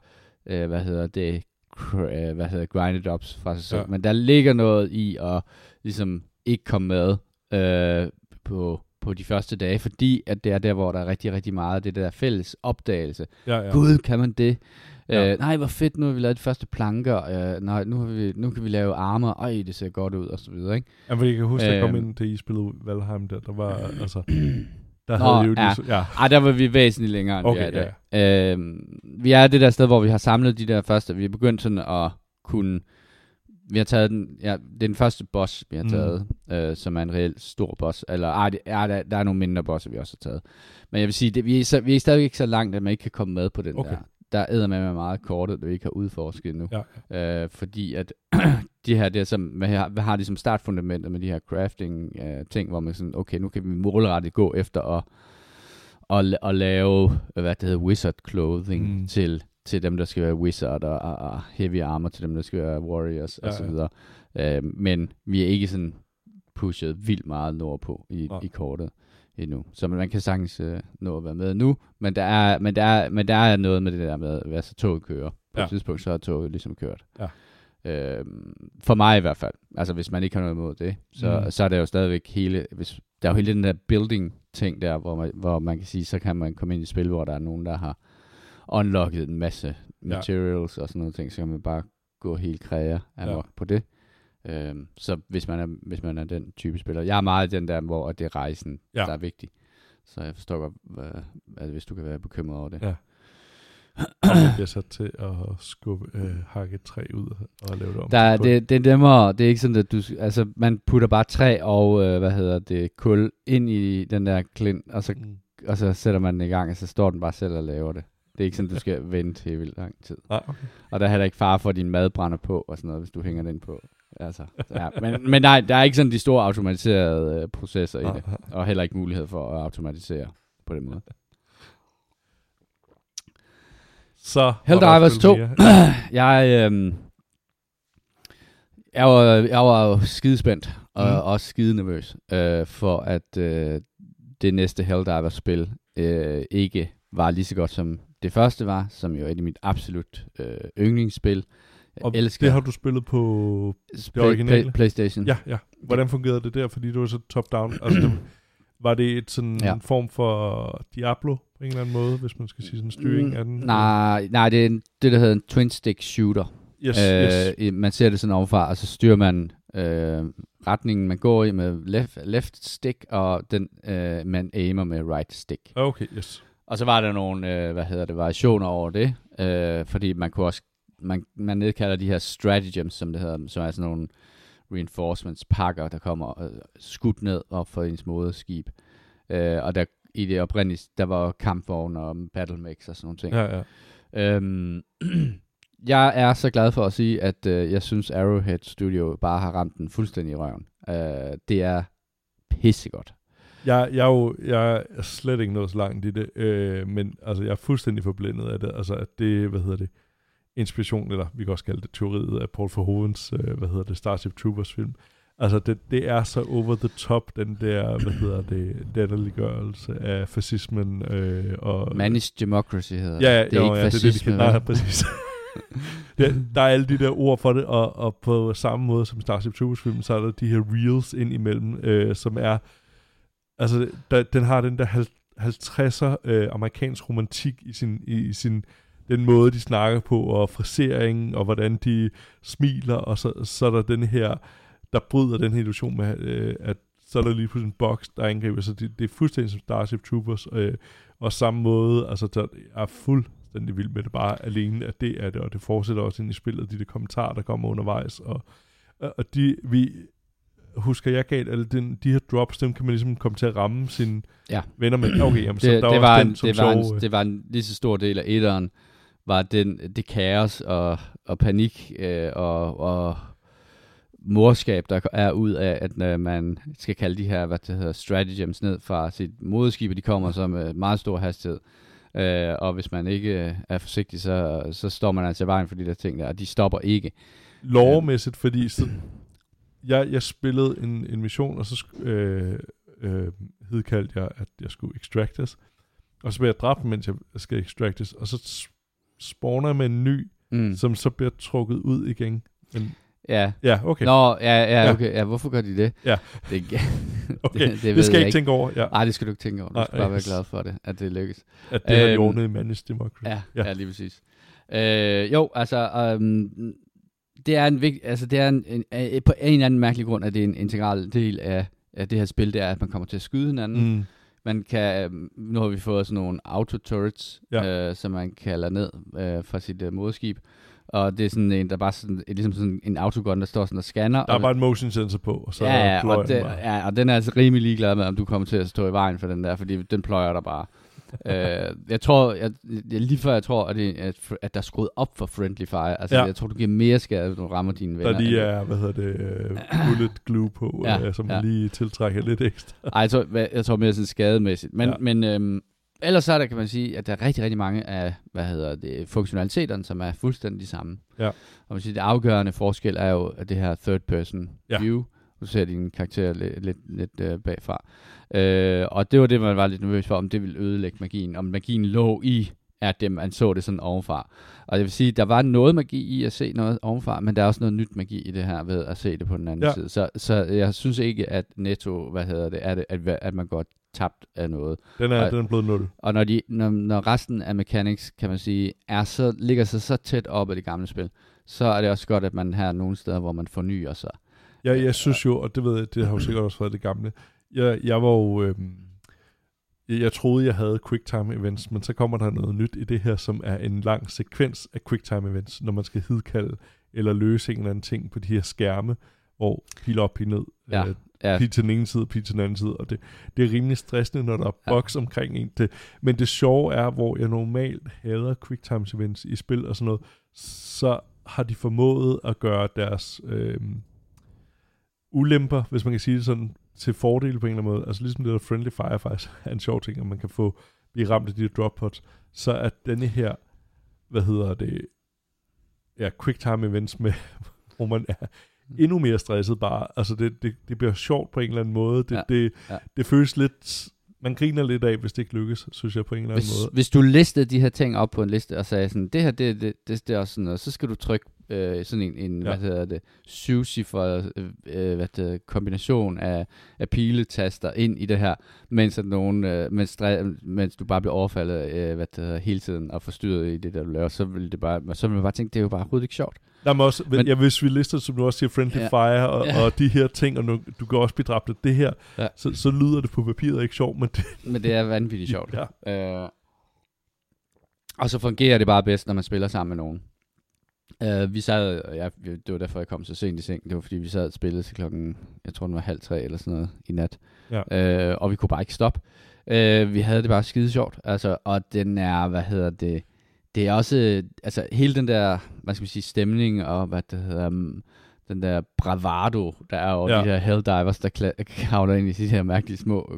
grind it ups fra sig selv. Men der ligger noget i at ligesom ikke komme med på de første dage, fordi at det er der, hvor der er rigtig, rigtig meget det der fælles opdagelse. Gud, kan man det? Nej, hvor fedt, nu har vi lavet de første planker. Nej, nu kan vi lave armor. Ej, det ser godt ud, og så videre, ikke? Ja, for jeg kan huske, at jeg kom ind til I spillede Valheim, der var, altså... Der havde jo der var vi væsentligt længere, end vi er der. Vi er det der sted, hvor vi har samlet de der første. Vi er begyndt sådan at kunne... Vi har taget den... Ja, det er den første boss, vi har taget, som er en reelt stor boss. Eller, der er nogle mindre bosser, vi også har taget. Men jeg vil sige, vi er stadig ikke så langt, at man ikke kan komme med på den der. Der æder man meget kortet, det vi ikke har udforsket endnu. Fordi at de her, det er som, man har de som startfundamenter med de her crafting ting, hvor man sådan, okay, nu kan vi målrettet gå efter at lave, wizard clothing til dem, der skal være wizard, og heavy armor til dem, der skal være warriors, og så videre. Men vi er ikke sådan pushet vildt meget nordpå i kortet endnu. Så man kan sagtens nå at være med nu, men der er noget med det der med, at toget kører. På et tidspunkt, så har toget ligesom kørt. For mig i hvert fald. Altså, hvis man ikke har noget imod det, så er der jo stadigvæk der er jo hele den der building ting der, hvor man kan sige, så kan man komme ind i spil, hvor der er nogen, der har unlocket en masse materials og sådan noget ting, så kan man bare gå helt kræger på det. Så hvis man er den type spiller. Jeg er meget den der, hvor det er rejsen, der er vigtig. Så jeg forstår godt, hvis du kan være bekymret over det. Ja. Jeg bliver sat til at skubbe hakke træ ud og lave det om. Det er nemmere. Det er ikke sådan, at man putter bare træ og kul ind i den der klint, og så sætter man den i gang, og så står den bare selv og laver det. Det er ikke sådan, du skal vente helt vildt lang tid. Okay. Og der er heller ikke fare for, at din mad brænder på, og sådan noget, hvis du hænger den på. Altså, ja. Men nej, der er ikke sådan de store automatiserede processer i det. Og heller ikke mulighed for at automatisere på den måde. Så Helldivers 2. Jeg var jo skidespændt og også skide nervøs for at det næste Helldivers-spil ikke var lige så godt som det første var, som jo er et af mit absolut yndlingsspil. Og det har du spillet på det originale? PlayStation. Ja. Hvordan fungerede det der? Fordi det var så top-down. Altså, var det et sådan en form for Diablo på en eller anden måde, hvis man skal sige sådan en styring af den? Nej, det er det, der hedder en twin-stick shooter. Yes. Man ser det sådan overfra, og så styrer man retningen, man går i med left stick, og den man aimer med right stick. Okay, yes. Og så var der nogle variationer over det, fordi man kunne også man nedkalder de her stratagems, som det hedder, som er sådan nogle reinforcements pakker, der kommer skudt ned op for ens moderskib. Og der i det oprindelige, der var kampvogne og battlemechs og sådan nogle ting. Ja. Jeg er så glad for at sige, at jeg synes Arrowhead Studio bare har ramt den fuldstændig i røven. Det er pissegodt. Jeg er slet ikke nået så langt i det, men altså, jeg er fuldstændig forblændet af det. Altså, at det, inspiration, eller vi kan også kalde det teoriet af Paul Verhoevens, Starship Troopers film. Altså, det er så over the top, den der, latterliggørelse af fascismen og... Managed democracy hedder det. Ja, det er ikke fascisme. Det er det, de præcis. Der er alle de der ord for det, og på samme måde som Starship Troopers film, så er der de her reels ind imellem, som er... Altså, den har den der 50'er amerikansk romantik i sin den måde, de snakker på, og friseringen, og hvordan de smiler, og så er der den her, der bryder den her illusion med, at så er der lige pludselig en boks, der angriber. Så det er fuldstændig som Starship Troopers, og samme måde, altså der er fuldstændig vild med det bare alene, at det er det, og det fortsætter også ind i spillet, de kommentarer, der kommer undervejs, og husker jeg galt, alle de her drops, dem kan man ligesom komme til at ramme sine venner med. Okay, jamen, så der var den, som det var en lige så stor del af etteren, var det kaos og panik og morskab, der er ud af, at man skal kalde de her, stratagems ned fra sit moderskib, og de kommer så med meget stor hastighed. Og hvis man ikke er forsigtig, så står man altså i vejen for de der ting der, og de stopper ikke. Lovmæssigt, fordi så jeg spillede en mission, og så hedkaldte jeg, at jeg skulle extractes. Og så bliver jeg dræbt, mens jeg skal extractes. Og så spawner jeg med en ny, som så bliver trukket ud igen. Men, ja, okay. Nå, okay. Ja, hvorfor gør de det? Ja. Okay, det skal jeg ikke tænke over. Ja. Nej, det skal du ikke tænke over. Du skal bare være glad for det, at det lykkes. At det har jordnet i Managed Democracy. Ja, lige præcis. Det er en vigtig, altså det er på en eller anden mærkelig grund, at det er en integral del af det her spil, det er, at man kommer til at skyde hinanden. Man kan, nu har vi fået sådan nogle auto-turrets, som man kan lade ned fra sit moderskib. Og det er sådan en, der bare sådan, ligesom sådan en autogun, der står sådan og scanner. Der er bare en motion sensor på, og så og den er altså rimelig ligeglad med, om du kommer til at stå i vejen for den der, fordi den pløjer der bare. Jeg tror, lige før jeg tror, at der er skruet op for friendly fire. Altså, jeg tror, du giver mere skade, hvis du rammer dine venner. Der lige er, bullet glue på, som lige tiltrækker lidt ekstra. Ej, jeg tror mere sådan skademæssigt. Men ellers så er der, kan man sige, at der er rigtig, rigtig mange af, funktionaliteterne, som er fuldstændig de samme. Ja. Og man siger, det afgørende forskel er jo, at det her third person view, du ser din karakter lidt bagfra. Og det var det, man var lidt nervøs for, om det ville ødelægge magien. Om magien lå i, at man så det sådan ovenfra. Og jeg vil sige, der var noget magi i at se noget ovenfra, men der er også noget nyt magi i det her ved at se det på den anden side. Så jeg synes ikke, at netto, at man går tabt af noget. Den er blevet 0. Og når resten af mechanics, kan man sige, ligger sig så tæt op af det gamle spil, så er det også godt, at man har nogle steder, hvor man fornyer sig. Ja, jeg synes jo, og det ved jeg, det har jo sikkert også været det gamle. Jeg var jo... Jeg troede, jeg havde quicktime events, men så kommer der noget nyt i det her, som er en lang sekvens af quicktime events, når man skal hidkalde eller løse en eller anden ting på de her skærme, hvor pil op, pil ned, pil til den ene side, pil til den anden side, og det er rimelig stressende, når der er boks omkring en. Men det sjove er, hvor jeg normalt hader quicktime events i spil og sådan noget, så har de formået at gøre deres ulemper, hvis man kan sige det sådan, til fordele på en eller anden måde. Altså ligesom det der Friendly Fire faktisk er en sjov ting, at man kan blive ramt af de der drop pods. Så at denne her, quicktime events med, hvor man er endnu mere stresset bare. Altså det bliver sjovt på en eller anden måde. Det føles lidt, man griner lidt af, hvis det ikke lykkes, synes jeg på en eller anden måde. Hvis du listede de her ting op på en liste og sagde sådan, det her, det er også sådan noget, så skal du trykke sådan en 7-cifret kombination af piletaster ind i det her, mens du bare bliver overfaldet hele tiden og forstyrret i det der du laver, så vil man bare tænke, det er jo bare overhovedet ikke sjovt. Hvis vi lister, som du også siger, Friendly Fire og de her ting, og du kan også blive dræbt af det her, så lyder det på papiret ikke sjovt, men det er vanvittigt sjovt. Ja. Og så fungerer det bare bedst, når man spiller sammen med nogen. Vi sad, det var derfor jeg kom så sent i seng, det var fordi vi sad og spillede til klokken, jeg tror den var 2:30 eller sådan noget i nat, og vi kunne bare ikke stoppe. Vi havde det bare skide sjovt, altså, og den er, det er også, altså hele den der, hvad skal vi sige, stemning og den der bravado, der er over de her Helldivers, der kravler ind i de her mærkelige små,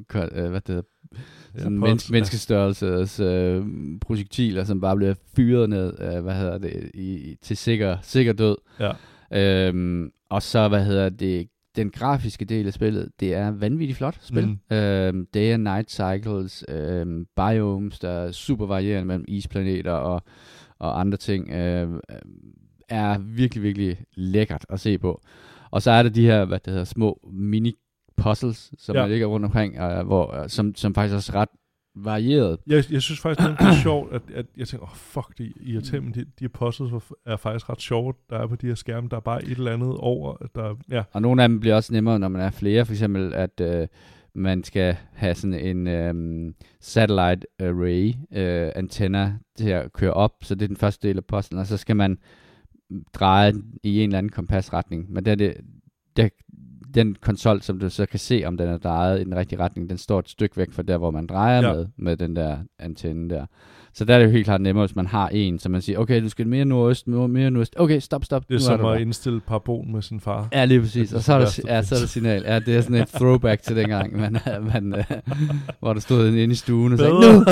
menneskestørrelses projektiler, som bare bliver fyret ned, til sikker død. Ja. Og så, den grafiske del af spillet, det er vanvittigt flot spil. Day and night cycles, biomes, der er super varierende mellem isplaneter og andre ting, er virkelig, virkelig lækkert at se på. Og så er der de her, små mini-puzzles, som der ligger rundt omkring, som faktisk også er ret varieret. Jeg synes faktisk, det er sjovt, at jeg tænker, fuck, det irriterer, men de her puzzles er faktisk ret sjovt, der er på de her skærme, der er bare et eller andet over. Og nogle af dem bliver også nemmere, når man er flere, for eksempel, at man skal have sådan en satellite array antenna til at køre op, så det er den første del af puzzlen, og så skal man dreje i en eller anden kompasretning, men den konsol, som du så kan se, om den er drejet i den rigtige retning, den står et stykke væk fra der, hvor man drejer med den der antenne der. Så der er det jo helt klart nemmere, hvis man har en, så man siger, okay, du skal mere nordøst, okay, stop. Det er som at indstille parabol med sin far. Ja, lige præcis, og så er der signal. Ja, det er sådan et throwback til dengang, hvor der stod inde i stuen og sagde,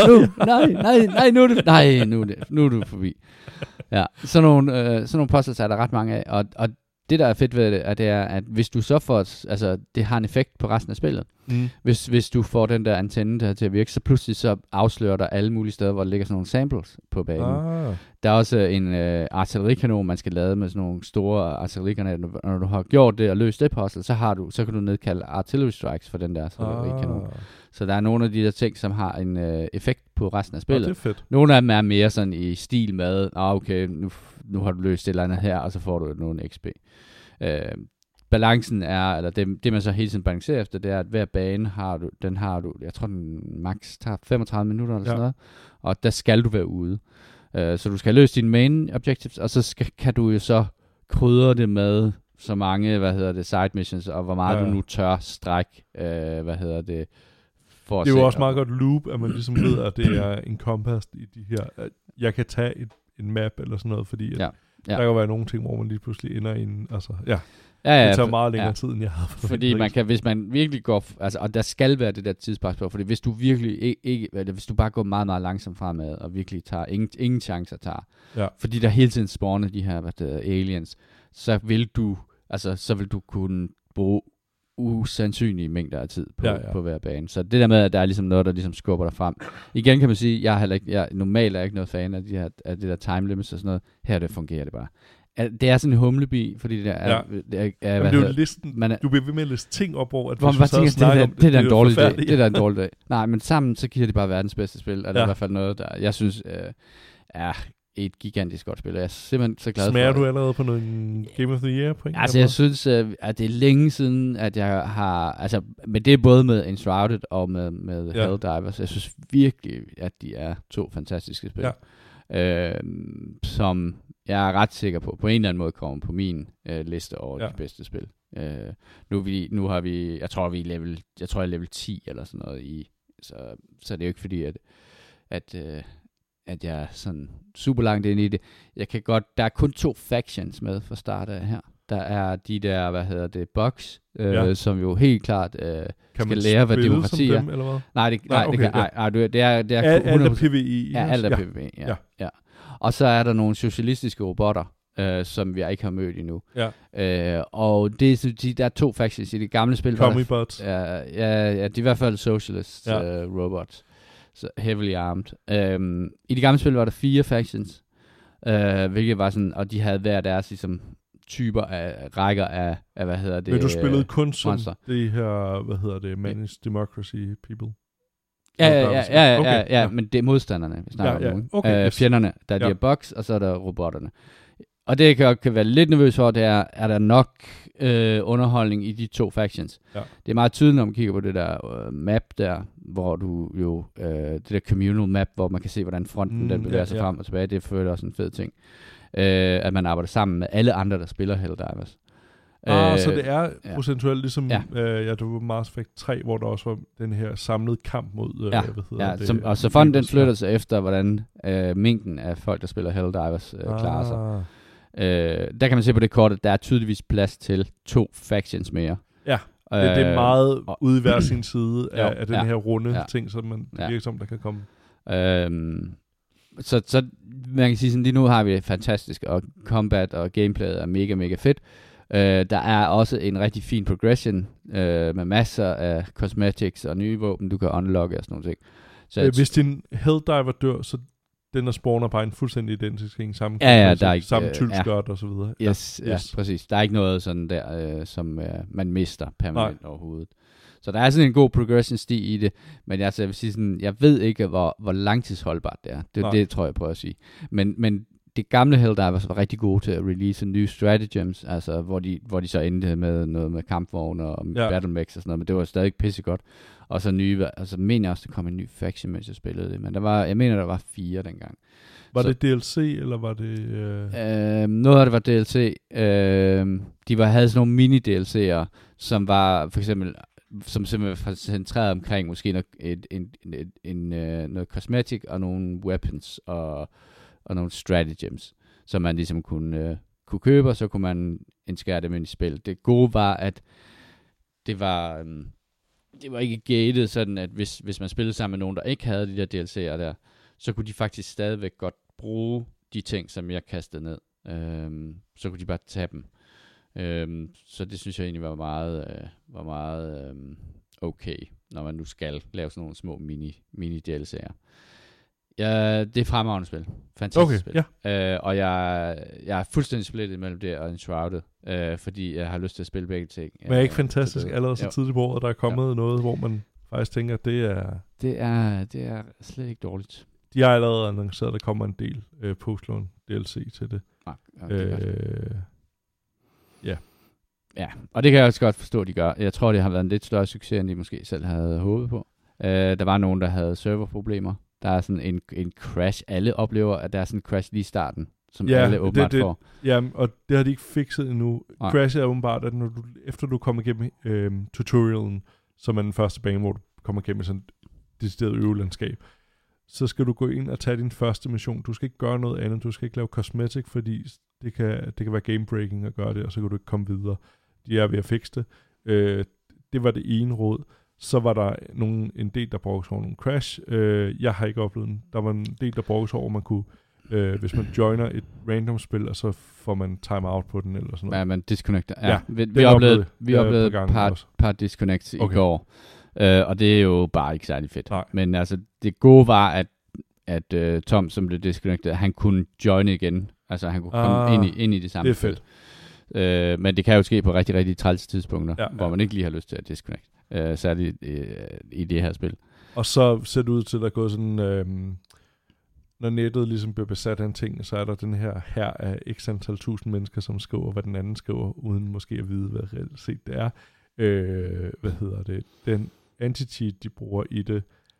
nu er du forbi. Ja, sådan nogle puzzles er der ret mange af, og det, der er fedt ved det, er, at hvis du så får, altså, det har en effekt på resten af spillet. Hvis du får den der antenne der til at virke, så pludselig så afslører der alle mulige steder, hvor der ligger sådan nogle samples på banen. Der er også en artillerikanon, man skal lade med sådan nogle store artillerikanoner. Når du har gjort det og løst det puzzle, så kan du nedkalde artillery strikes for den der artillerikanon. Så der er nogle af de der ting, som har en effekt på resten af spillet. Det er fedt. Nogle af dem er mere sådan i stil med, okay, nu har du løst et eller andet her, og så får du nogle XP. Balancen er, eller det man så hele tiden balancerer efter, det er, at hver bane har du, jeg tror den max tager 35 minutter eller sådan noget, og der skal du være ude. Så du skal løse dine main objectives, og så kan du jo så krydre det med så mange, side missions, og hvor meget du nu tør strække, for det er jo også meget godt loop, at man ligesom ved, at det er en kompas i de her, jeg kan tage en map eller sådan noget, fordi der kan jo være nogle ting, hvor man lige pludselig ender i en, altså, det tager meget længere tid, end jeg havde forventet. Fordi man kan, hvis man virkelig går, altså, og der skal være det der tidspres på, fordi hvis du virkelig ikke, eller hvis du bare går meget, meget langsomt fremad, og virkelig tager ingen chancer tager, fordi der hele tiden spawner de her, aliens, så vil du kunne bruge usandsynlige mængder af tid på hver bane. Så det der med, at der er ligesom noget, der ligesom skubber dig frem. Igen kan man sige, jeg normalt er ikke noget fan af det der time limits og sådan noget. Her fungerer det bare. det er sådan en humlebi, fordi det er... Det er jo listen. Du bliver ved med at læse ting op over, at hvis vi så snakker om det er en dårlig dag. Det er en dårlig dag. Nej, men sammen så giver de bare verdens bedste spil. Og det er i hvert fald noget, der jeg synes er et gigantisk godt spil. Jeg er simpelthen så glad Smager du allerede på nogle Game of the Year point? Altså, jeg synes, at det er længe siden, at jeg har... Altså, men det er både med Enshrouded og med Helldivers. Jeg synes virkelig, at de er 2 fantastiske spil. Som jeg er ret sikker på en eller anden måde kommer på min liste over de bedste spil. Nu har vi... Jeg tror, jeg er level 10 eller sådan noget i... Så det er jo ikke fordi, at jeg er sådan super langt ind i det. Jeg kan godt... Der er kun 2 factions med fra start af her. Der er de der, Bugs, som jo helt klart skal lære, hvad demokrati er. Dem, eller hvad? Nej, det er alt er PvE. Ja, alt er PvE, ja. Og så er der nogle socialistiske robotter, som vi ikke har mødt endnu. Ja. Og det er der er 2 factions i det gamle spil. Commie-bots. Ja, de er i hvert fald socialist robots. Så heavily armed. I de gamle spil var der 4 factions, hvilket var sådan, og de havde hver deres ligesom typer af rækker af Men du spillede kun som det her, Managed Democracy People? Ja, men det er modstanderne, vi snakker om nu. Okay, fjenderne, der er de her Bugs, og så er der robotterne. Og det kan være lidt nervøs for, det er der nok underholdning i de 2 factions. Ja. Det er meget tydeligt, når man kigger på det der map der, hvor du jo, det der communal map, hvor man kan se, hvordan fronten den bevæger sig frem og tilbage. Det er for også en fed ting. At man arbejder sammen med alle andre, der spiller Helldivers. Så det er procentuelt ligesom det var Mass Effect 3, hvor der også var den her samlede kamp mod og så fonden den flytter sig efter, hvordan mængden af folk, der spiller Helldivers, klarer sig. Der kan man se på det kort, at der er tydeligvis plads til 2 factions mere. Ja, det er meget ude i hver sin side af den her runde ting, så man virker som, der kan komme. Så man kan sige sådan, lige nu har vi fantastisk, og combat og gameplayet er mega, mega fedt. Der er også en rigtig fin progression med masser af cosmetics og nye våben, du kan unlocke og sådan noget. Så hvis din Helldiver dør, så den der spawner bare en fuldstændig identisk ting, samme der er ikke, samme tylskørt og så videre. Yes, præcis. Der er ikke noget sådan der, som man mister permanent overhovedet. Så der er sådan en god progression-sti i det, men jeg vil sige sådan, jeg ved ikke, hvor langtidsholdbart det er. Det tror jeg prøver at sige. Men det gamle Helldivers var rigtig gode til at release nye stratagems, altså hvor de så endte med noget med kampvogne og battlemechs og sådan noget, men det var stadig pissegodt. Og så nye, altså mener jeg også, der kom en ny faction, mens jeg spillede det, men jeg mener, der var 4 dengang. Var det DLC, eller var det... Noget af det var DLC. De havde sådan nogle mini-DLC'er, som var for eksempel... som simpelthen var centreret omkring måske noget cosmetic og nogle weapons og nogle stratagems, som man ligesom kunne købe, og så kunne man indskære dem ind i spil. Det gode var, at det var ikke gated sådan, at hvis man spillede sammen med nogen, der ikke havde de der DLC'er der, så kunne de faktisk stadigvæk godt bruge de ting, som jeg kastede ned. Så kunne de bare tage dem. Så det synes jeg egentlig var meget okay, når man nu skal lave sådan nogle små mini DLC'er. Ja, det er fremragende spil. Fantastisk spil. Ja. Og jeg er fuldstændig splittet mellem det og Enshrouded, fordi jeg har lyst til at spille begge ting. Men er ikke fantastisk allerede så tidligt på året, der er kommet noget, hvor man faktisk tænker, at det er... Det er slet ikke dårligt. De har allerede annonceret, at der kommer en del postlån DLC til det. Ja, og det kan jeg også godt forstå, at de gør. Jeg tror, det har været en lidt større succes, end de måske selv havde håbet på. Der var nogen, der havde serverproblemer. Der er sådan en crash. Alle oplever, at der er sådan en crash lige i starten, som alle åbenbart får. Ja, og det har de ikke fikset endnu. Nej. Crash er åbenbart, at efter du kommer igennem tutorialen, som er den første bane, hvor du kommer igennem sådan et decideret øvelandskab, så skal du gå ind og tage din første mission. Du skal ikke gøre noget andet. Du skal ikke lave cosmetic, fordi det kan være game-breaking at gøre det, og så kan du ikke komme videre. De er ved at fikse det. Det var det ene råd. Så var der en del, der brugte over nogle crash. Jeg har ikke oplevet den. Der var en del, der brugte over, man kunne, hvis man joiner et random spil, og så får man timeout på den, eller sådan noget. Ja, man disconnecter. Ja, vi oplevede et par disconnects i går. Og det er jo bare ikke særlig fedt. Nej. Men altså, det gode var, at Tom, som blev disconnected, han kunne joine igen Altså, han kunne komme ind i det samme. Det er fedt. Men det kan jo ske på rigtig, rigtig træls tidspunkter, hvor man ikke lige har lyst til at disconnect. Særligt i det her spil. Og så ser det ud til, at der er gået sådan... når nettet ligesom bliver besat af en ting, så er der den her af x antal tusind mennesker, som skriver, hvad den anden skriver, uden måske at vide, hvad reelt set det er. Den entity, de bruger i det,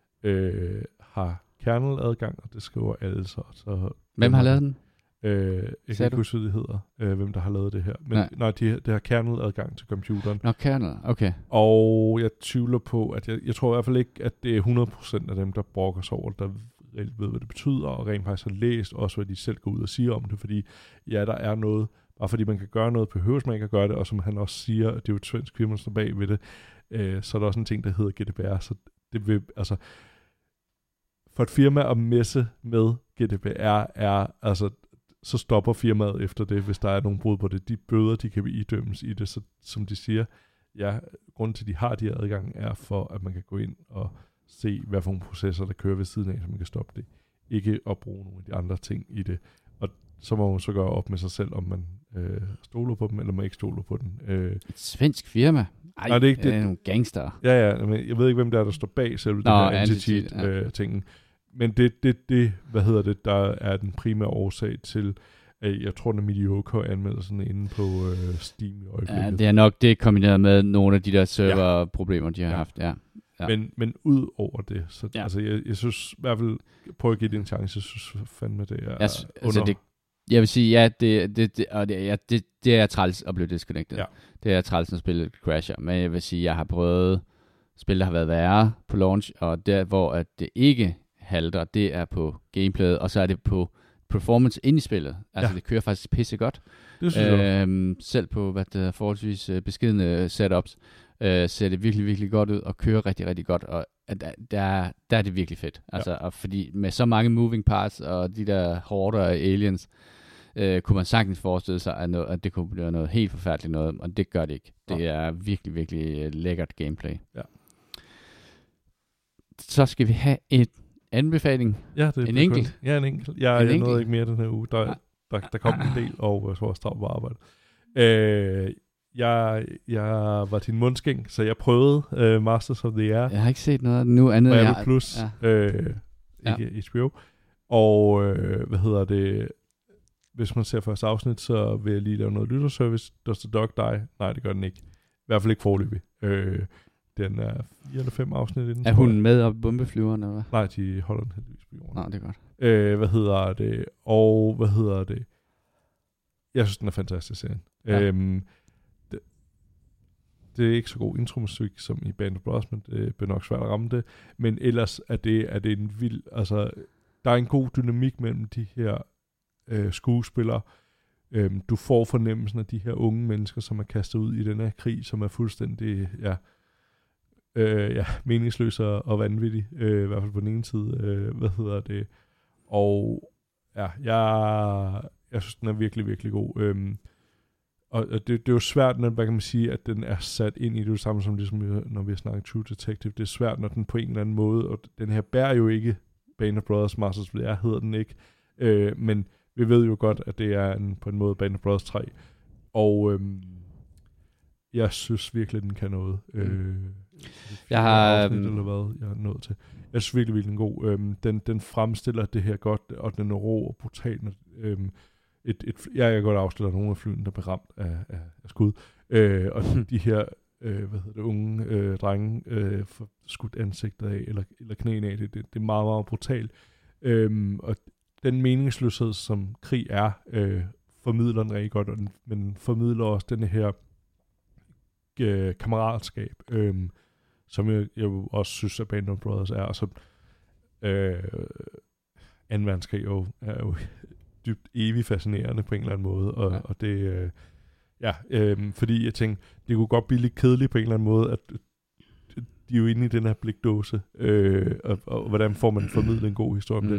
har kernel-adgang, og det skriver alle så hvem har lavet den? Jeg kan ikke huske, hvad det hedder, hvem der har lavet det her. Men det har kernel-adgang til computeren. Nå, kernel, okay. Og jeg tvivler på, at jeg tror i hvert fald ikke, at det er 100% af dem, der brokker sig over, der reelt ved, hvad det betyder, og rent faktisk har læst også, hvad de selv går ud og siger om det, fordi der er noget, bare fordi man kan gøre noget, behøves man ikke at gøre det, og som han også siger, det er jo et svensk firma, der står bag ved det, så er der også en ting, der hedder GDPR, så det vil, altså, for et firma at messe med GDPR altså, så stopper firmaet efter det, hvis der er nogen brud på det. De bøder, de kan idømmes i det, så som de siger, grunden til, at de har de her adgang, er for, at man kan gå ind og se, hvad for nogle processer, der kører ved siden af, så man kan stoppe det. Ikke at bruge nogle af de andre ting i det. Og så må man så gøre op med sig selv, om man stoler på dem, eller man ikke stoler på den. Et svensk firma? Ej, nej, det er nogle gangster. Ja, men jeg ved ikke, hvem der står bag selv det her entity-tingen. Men det, der er den primære årsag til, at jeg tror, at mediocre anmeldelsen inde på Steam i øjeblikket. Ja, det er nok det kombineret med nogle af de der serverproblemer, de har haft, ja. Men ud over det, så altså, jeg synes i hvert fald, prøv at give det en chance, jeg synes fandme, det er jeg vil sige, det er træls at blive disconnected. Ja. Det er træls, når spillet crasher. Men jeg vil sige, jeg har prøvet spil, der har været værre på launch, og der, hvor at det ikke halter, det er på gameplayet, og så er det på performance ind i spillet. Altså, det kører faktisk pisse godt. Det synes jeg. Selv på, forholdsvis beskedne setups, ser det virkelig, virkelig godt ud, og kører rigtig, rigtig godt, og der er det virkelig fedt. Altså, og fordi med så mange moving parts, og de der horder af aliens, kunne man sagtens forestille sig, at det kunne blive noget helt forfærdeligt noget, og det gør det ikke. Det er virkelig, virkelig lækkert gameplay. Ja. Så skal vi have et anbefaling. Ja, det er en enkelt. Ja, en enkelt. Jeg nåede ikke mere den her uge. Der kom en del, og jeg tror, jeg stod på arbejde. Jeg var din mundskæng, så jeg prøvede Masters of the Air. Jeg har ikke set noget af det nu andet. Apple Plus, ikke HBO. Og hvis man ser første afsnit, så vil jeg lige lave noget lytterservice. Does the dog die? Nej, det gør den ikke. I hvert fald ikke foreløbig. Den er 4 eller 5 afsnit inden. Er hun med op bombeflyveren, eller hvad? Nej, de holder den heldigvis på jorden. Nå, det er godt. Jeg synes, den er fantastisk serien. Ja. Det er ikke så god intromusik som i Band of Brothers, men det bliver nok svært at ramme det. Men ellers er det en vild... Altså, der er en god dynamik mellem de her skuespillere. Du får fornemmelsen af de her unge mennesker, som er kastet ud i den her krig, som er fuldstændig meningsløs og vanvittig. I hvert fald på den ene side. Og jeg synes, den er virkelig, virkelig god. Og det er jo svært, når, hvad kan man sige, at den er sat ind i det samme som ligesom, når vi har snakket True Detective. Det er svært, når den på en eller anden måde, og den her bærer jo ikke Band of Brothers Masters of the Air, hedder den ikke. Men vi ved jo godt, at det er på en måde Band of Brothers 3. Og jeg synes virkelig, den kan noget. Jeg har nået til. Jeg synes virkelig, virkelig god. Den fremstiller det her godt, og den er rå og brutal. Jeg kan godt afstille nogle af flyene, der bliver ramt af skud. Og de her unge drenge får skudt ansigtet af, eller knæene af. Det er meget, meget brutalt. Og den meningsløshed, som krig er, formidler den rigtig godt, men formidler også den her kammeratskab, som jeg også synes, at Band of Brothers er, og som 2. verdenskrig er jo dybt evigt fascinerende på en eller anden måde, og det fordi jeg tænkte, det kunne godt blive lidt kedeligt på en eller anden måde, at de er jo inde i den her blikdåse, og hvordan får man formidlet en god historie om det.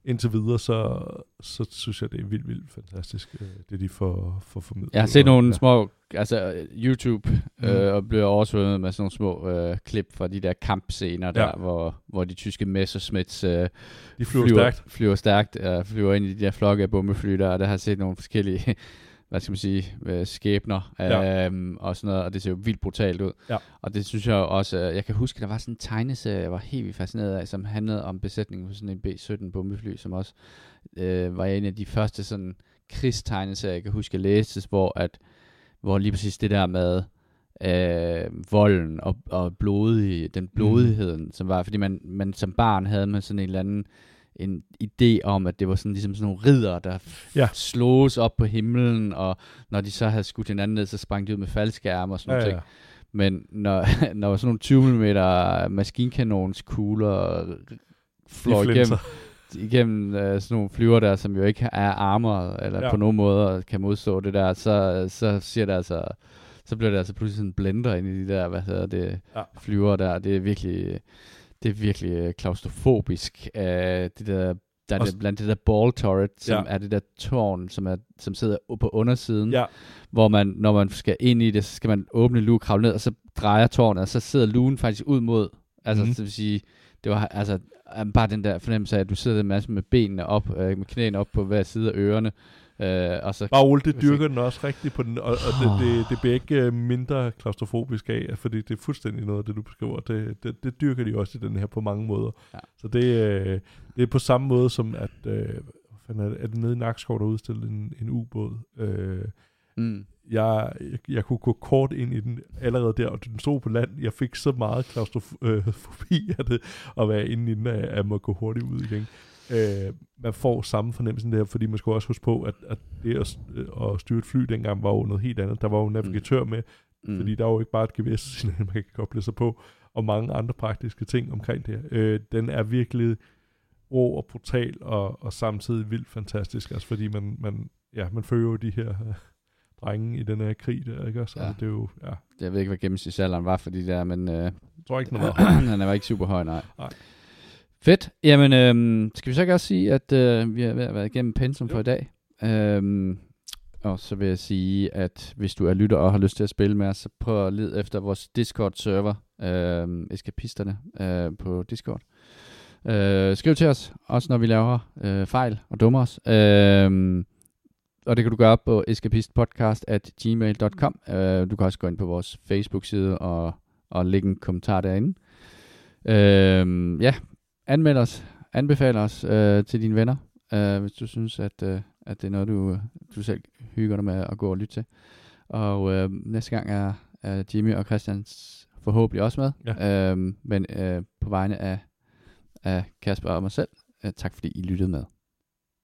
indtil videre, så synes jeg, det er vildt fantastisk, det de får formidlet. Jeg har set nogle små, altså YouTube, og bliver oversvømmet med sådan nogle små klip fra de der kampscener, der, hvor de tyske Messerschmitts de flyver stærkt, flyver ind i de der flokke af bombefly der, og der har jeg set nogle forskellige hvad skal man sige, skæbner og sådan noget, og det ser jo vildt brutalt ud. Ja. Og det synes jeg også, jeg kan huske, der var sådan en tegneserie, jeg var helt vildt fascineret af, som handlede om besætningen på sådan en B-17 bombefly, som også var en af de første sådan krigstegneserier, jeg kan huske, jeg læste, hvor lige præcis det der med volden og den blodigheden, som var, fordi man som barn havde man sådan en eller anden en idé om, at det var sådan ligesom sådan nogle riddere, der slås op på himlen, og når de så havde skudt hinanden ned, så sprang de ud med faldskærme og sådan noget ting. Men når sådan nogle 20 mm maskinkanonskugler flår igennem sådan nogle flyver der, som jo ikke er armor, eller på nogen måde kan modstå det der, så siger det altså, så bliver det altså pludselig sådan en blender ind i de der, flyver der. Det er virkelig klaustrofobisk. Det der er blandt det der ball turret, som er det der tårn, som sidder på undersiden, hvor man, når man skal ind i det, så skal man åbne luge, kravle ned, og så drejer tårnet, og så sidder lugen faktisk ud mod, altså det vil sige, det var altså bare den der fornemmelse af, at du sidder en masse med benene op, med knæene op på hver side af ørerne, og så Ole, det dyrker den også rigtigt på den, og det bliver ikke mindre klaustrofobisk af, fordi det er fuldstændig noget af det, du beskriver. Det dyrker de også i den her på mange måder. Ja. Så det er på samme måde som, at er det nede i Nakskov, der udstillet en ubåd. Jeg kunne gå kort ind i den allerede der, og den stod på land. Jeg fik så meget klaustrofobi af det, at være inde i den, at jeg må gå hurtigt ud igen. Man får samme fornemmelsen der, fordi man skulle også huske på, at det at styre et fly dengang var jo noget helt andet. Der var jo en navigatør med, fordi der var jo ikke bare et GPS-signal, man kan koble sig på, og mange andre praktiske ting omkring det. Den er virkelig rå og brutal, og samtidig vildt fantastisk, altså fordi man følger jo de her drenge i den her krig der, ikke også? Altså, det er jo, Jeg ved ikke, hvad gennemsnitsalderen var for de der, men jeg tror ikke noget. Han var ikke super høj, nej. Fedt. Jamen, skal vi så ikke også sige, at vi har været igennem pensum for i dag? Og så vil jeg sige, at hvis du er lytter og har lyst til at spille med os, så prøv at lede efter vores Discord-server, Eskapisterne på Discord. Skriv til os, også når vi laver fejl og dummer os. Og det kan du gøre på escapistpodcast@gmail.com. Du kan også gå ind på vores Facebook-side og lægge en kommentar derinde. Anmeld os, anbefal os til dine venner, hvis du synes, at det er noget, du selv hygger dig med at gå og lytte til. Og næste gang er Jimmy og Christians forhåbentlig også med, men på vegne af Kasper og mig selv, tak fordi I lyttede med.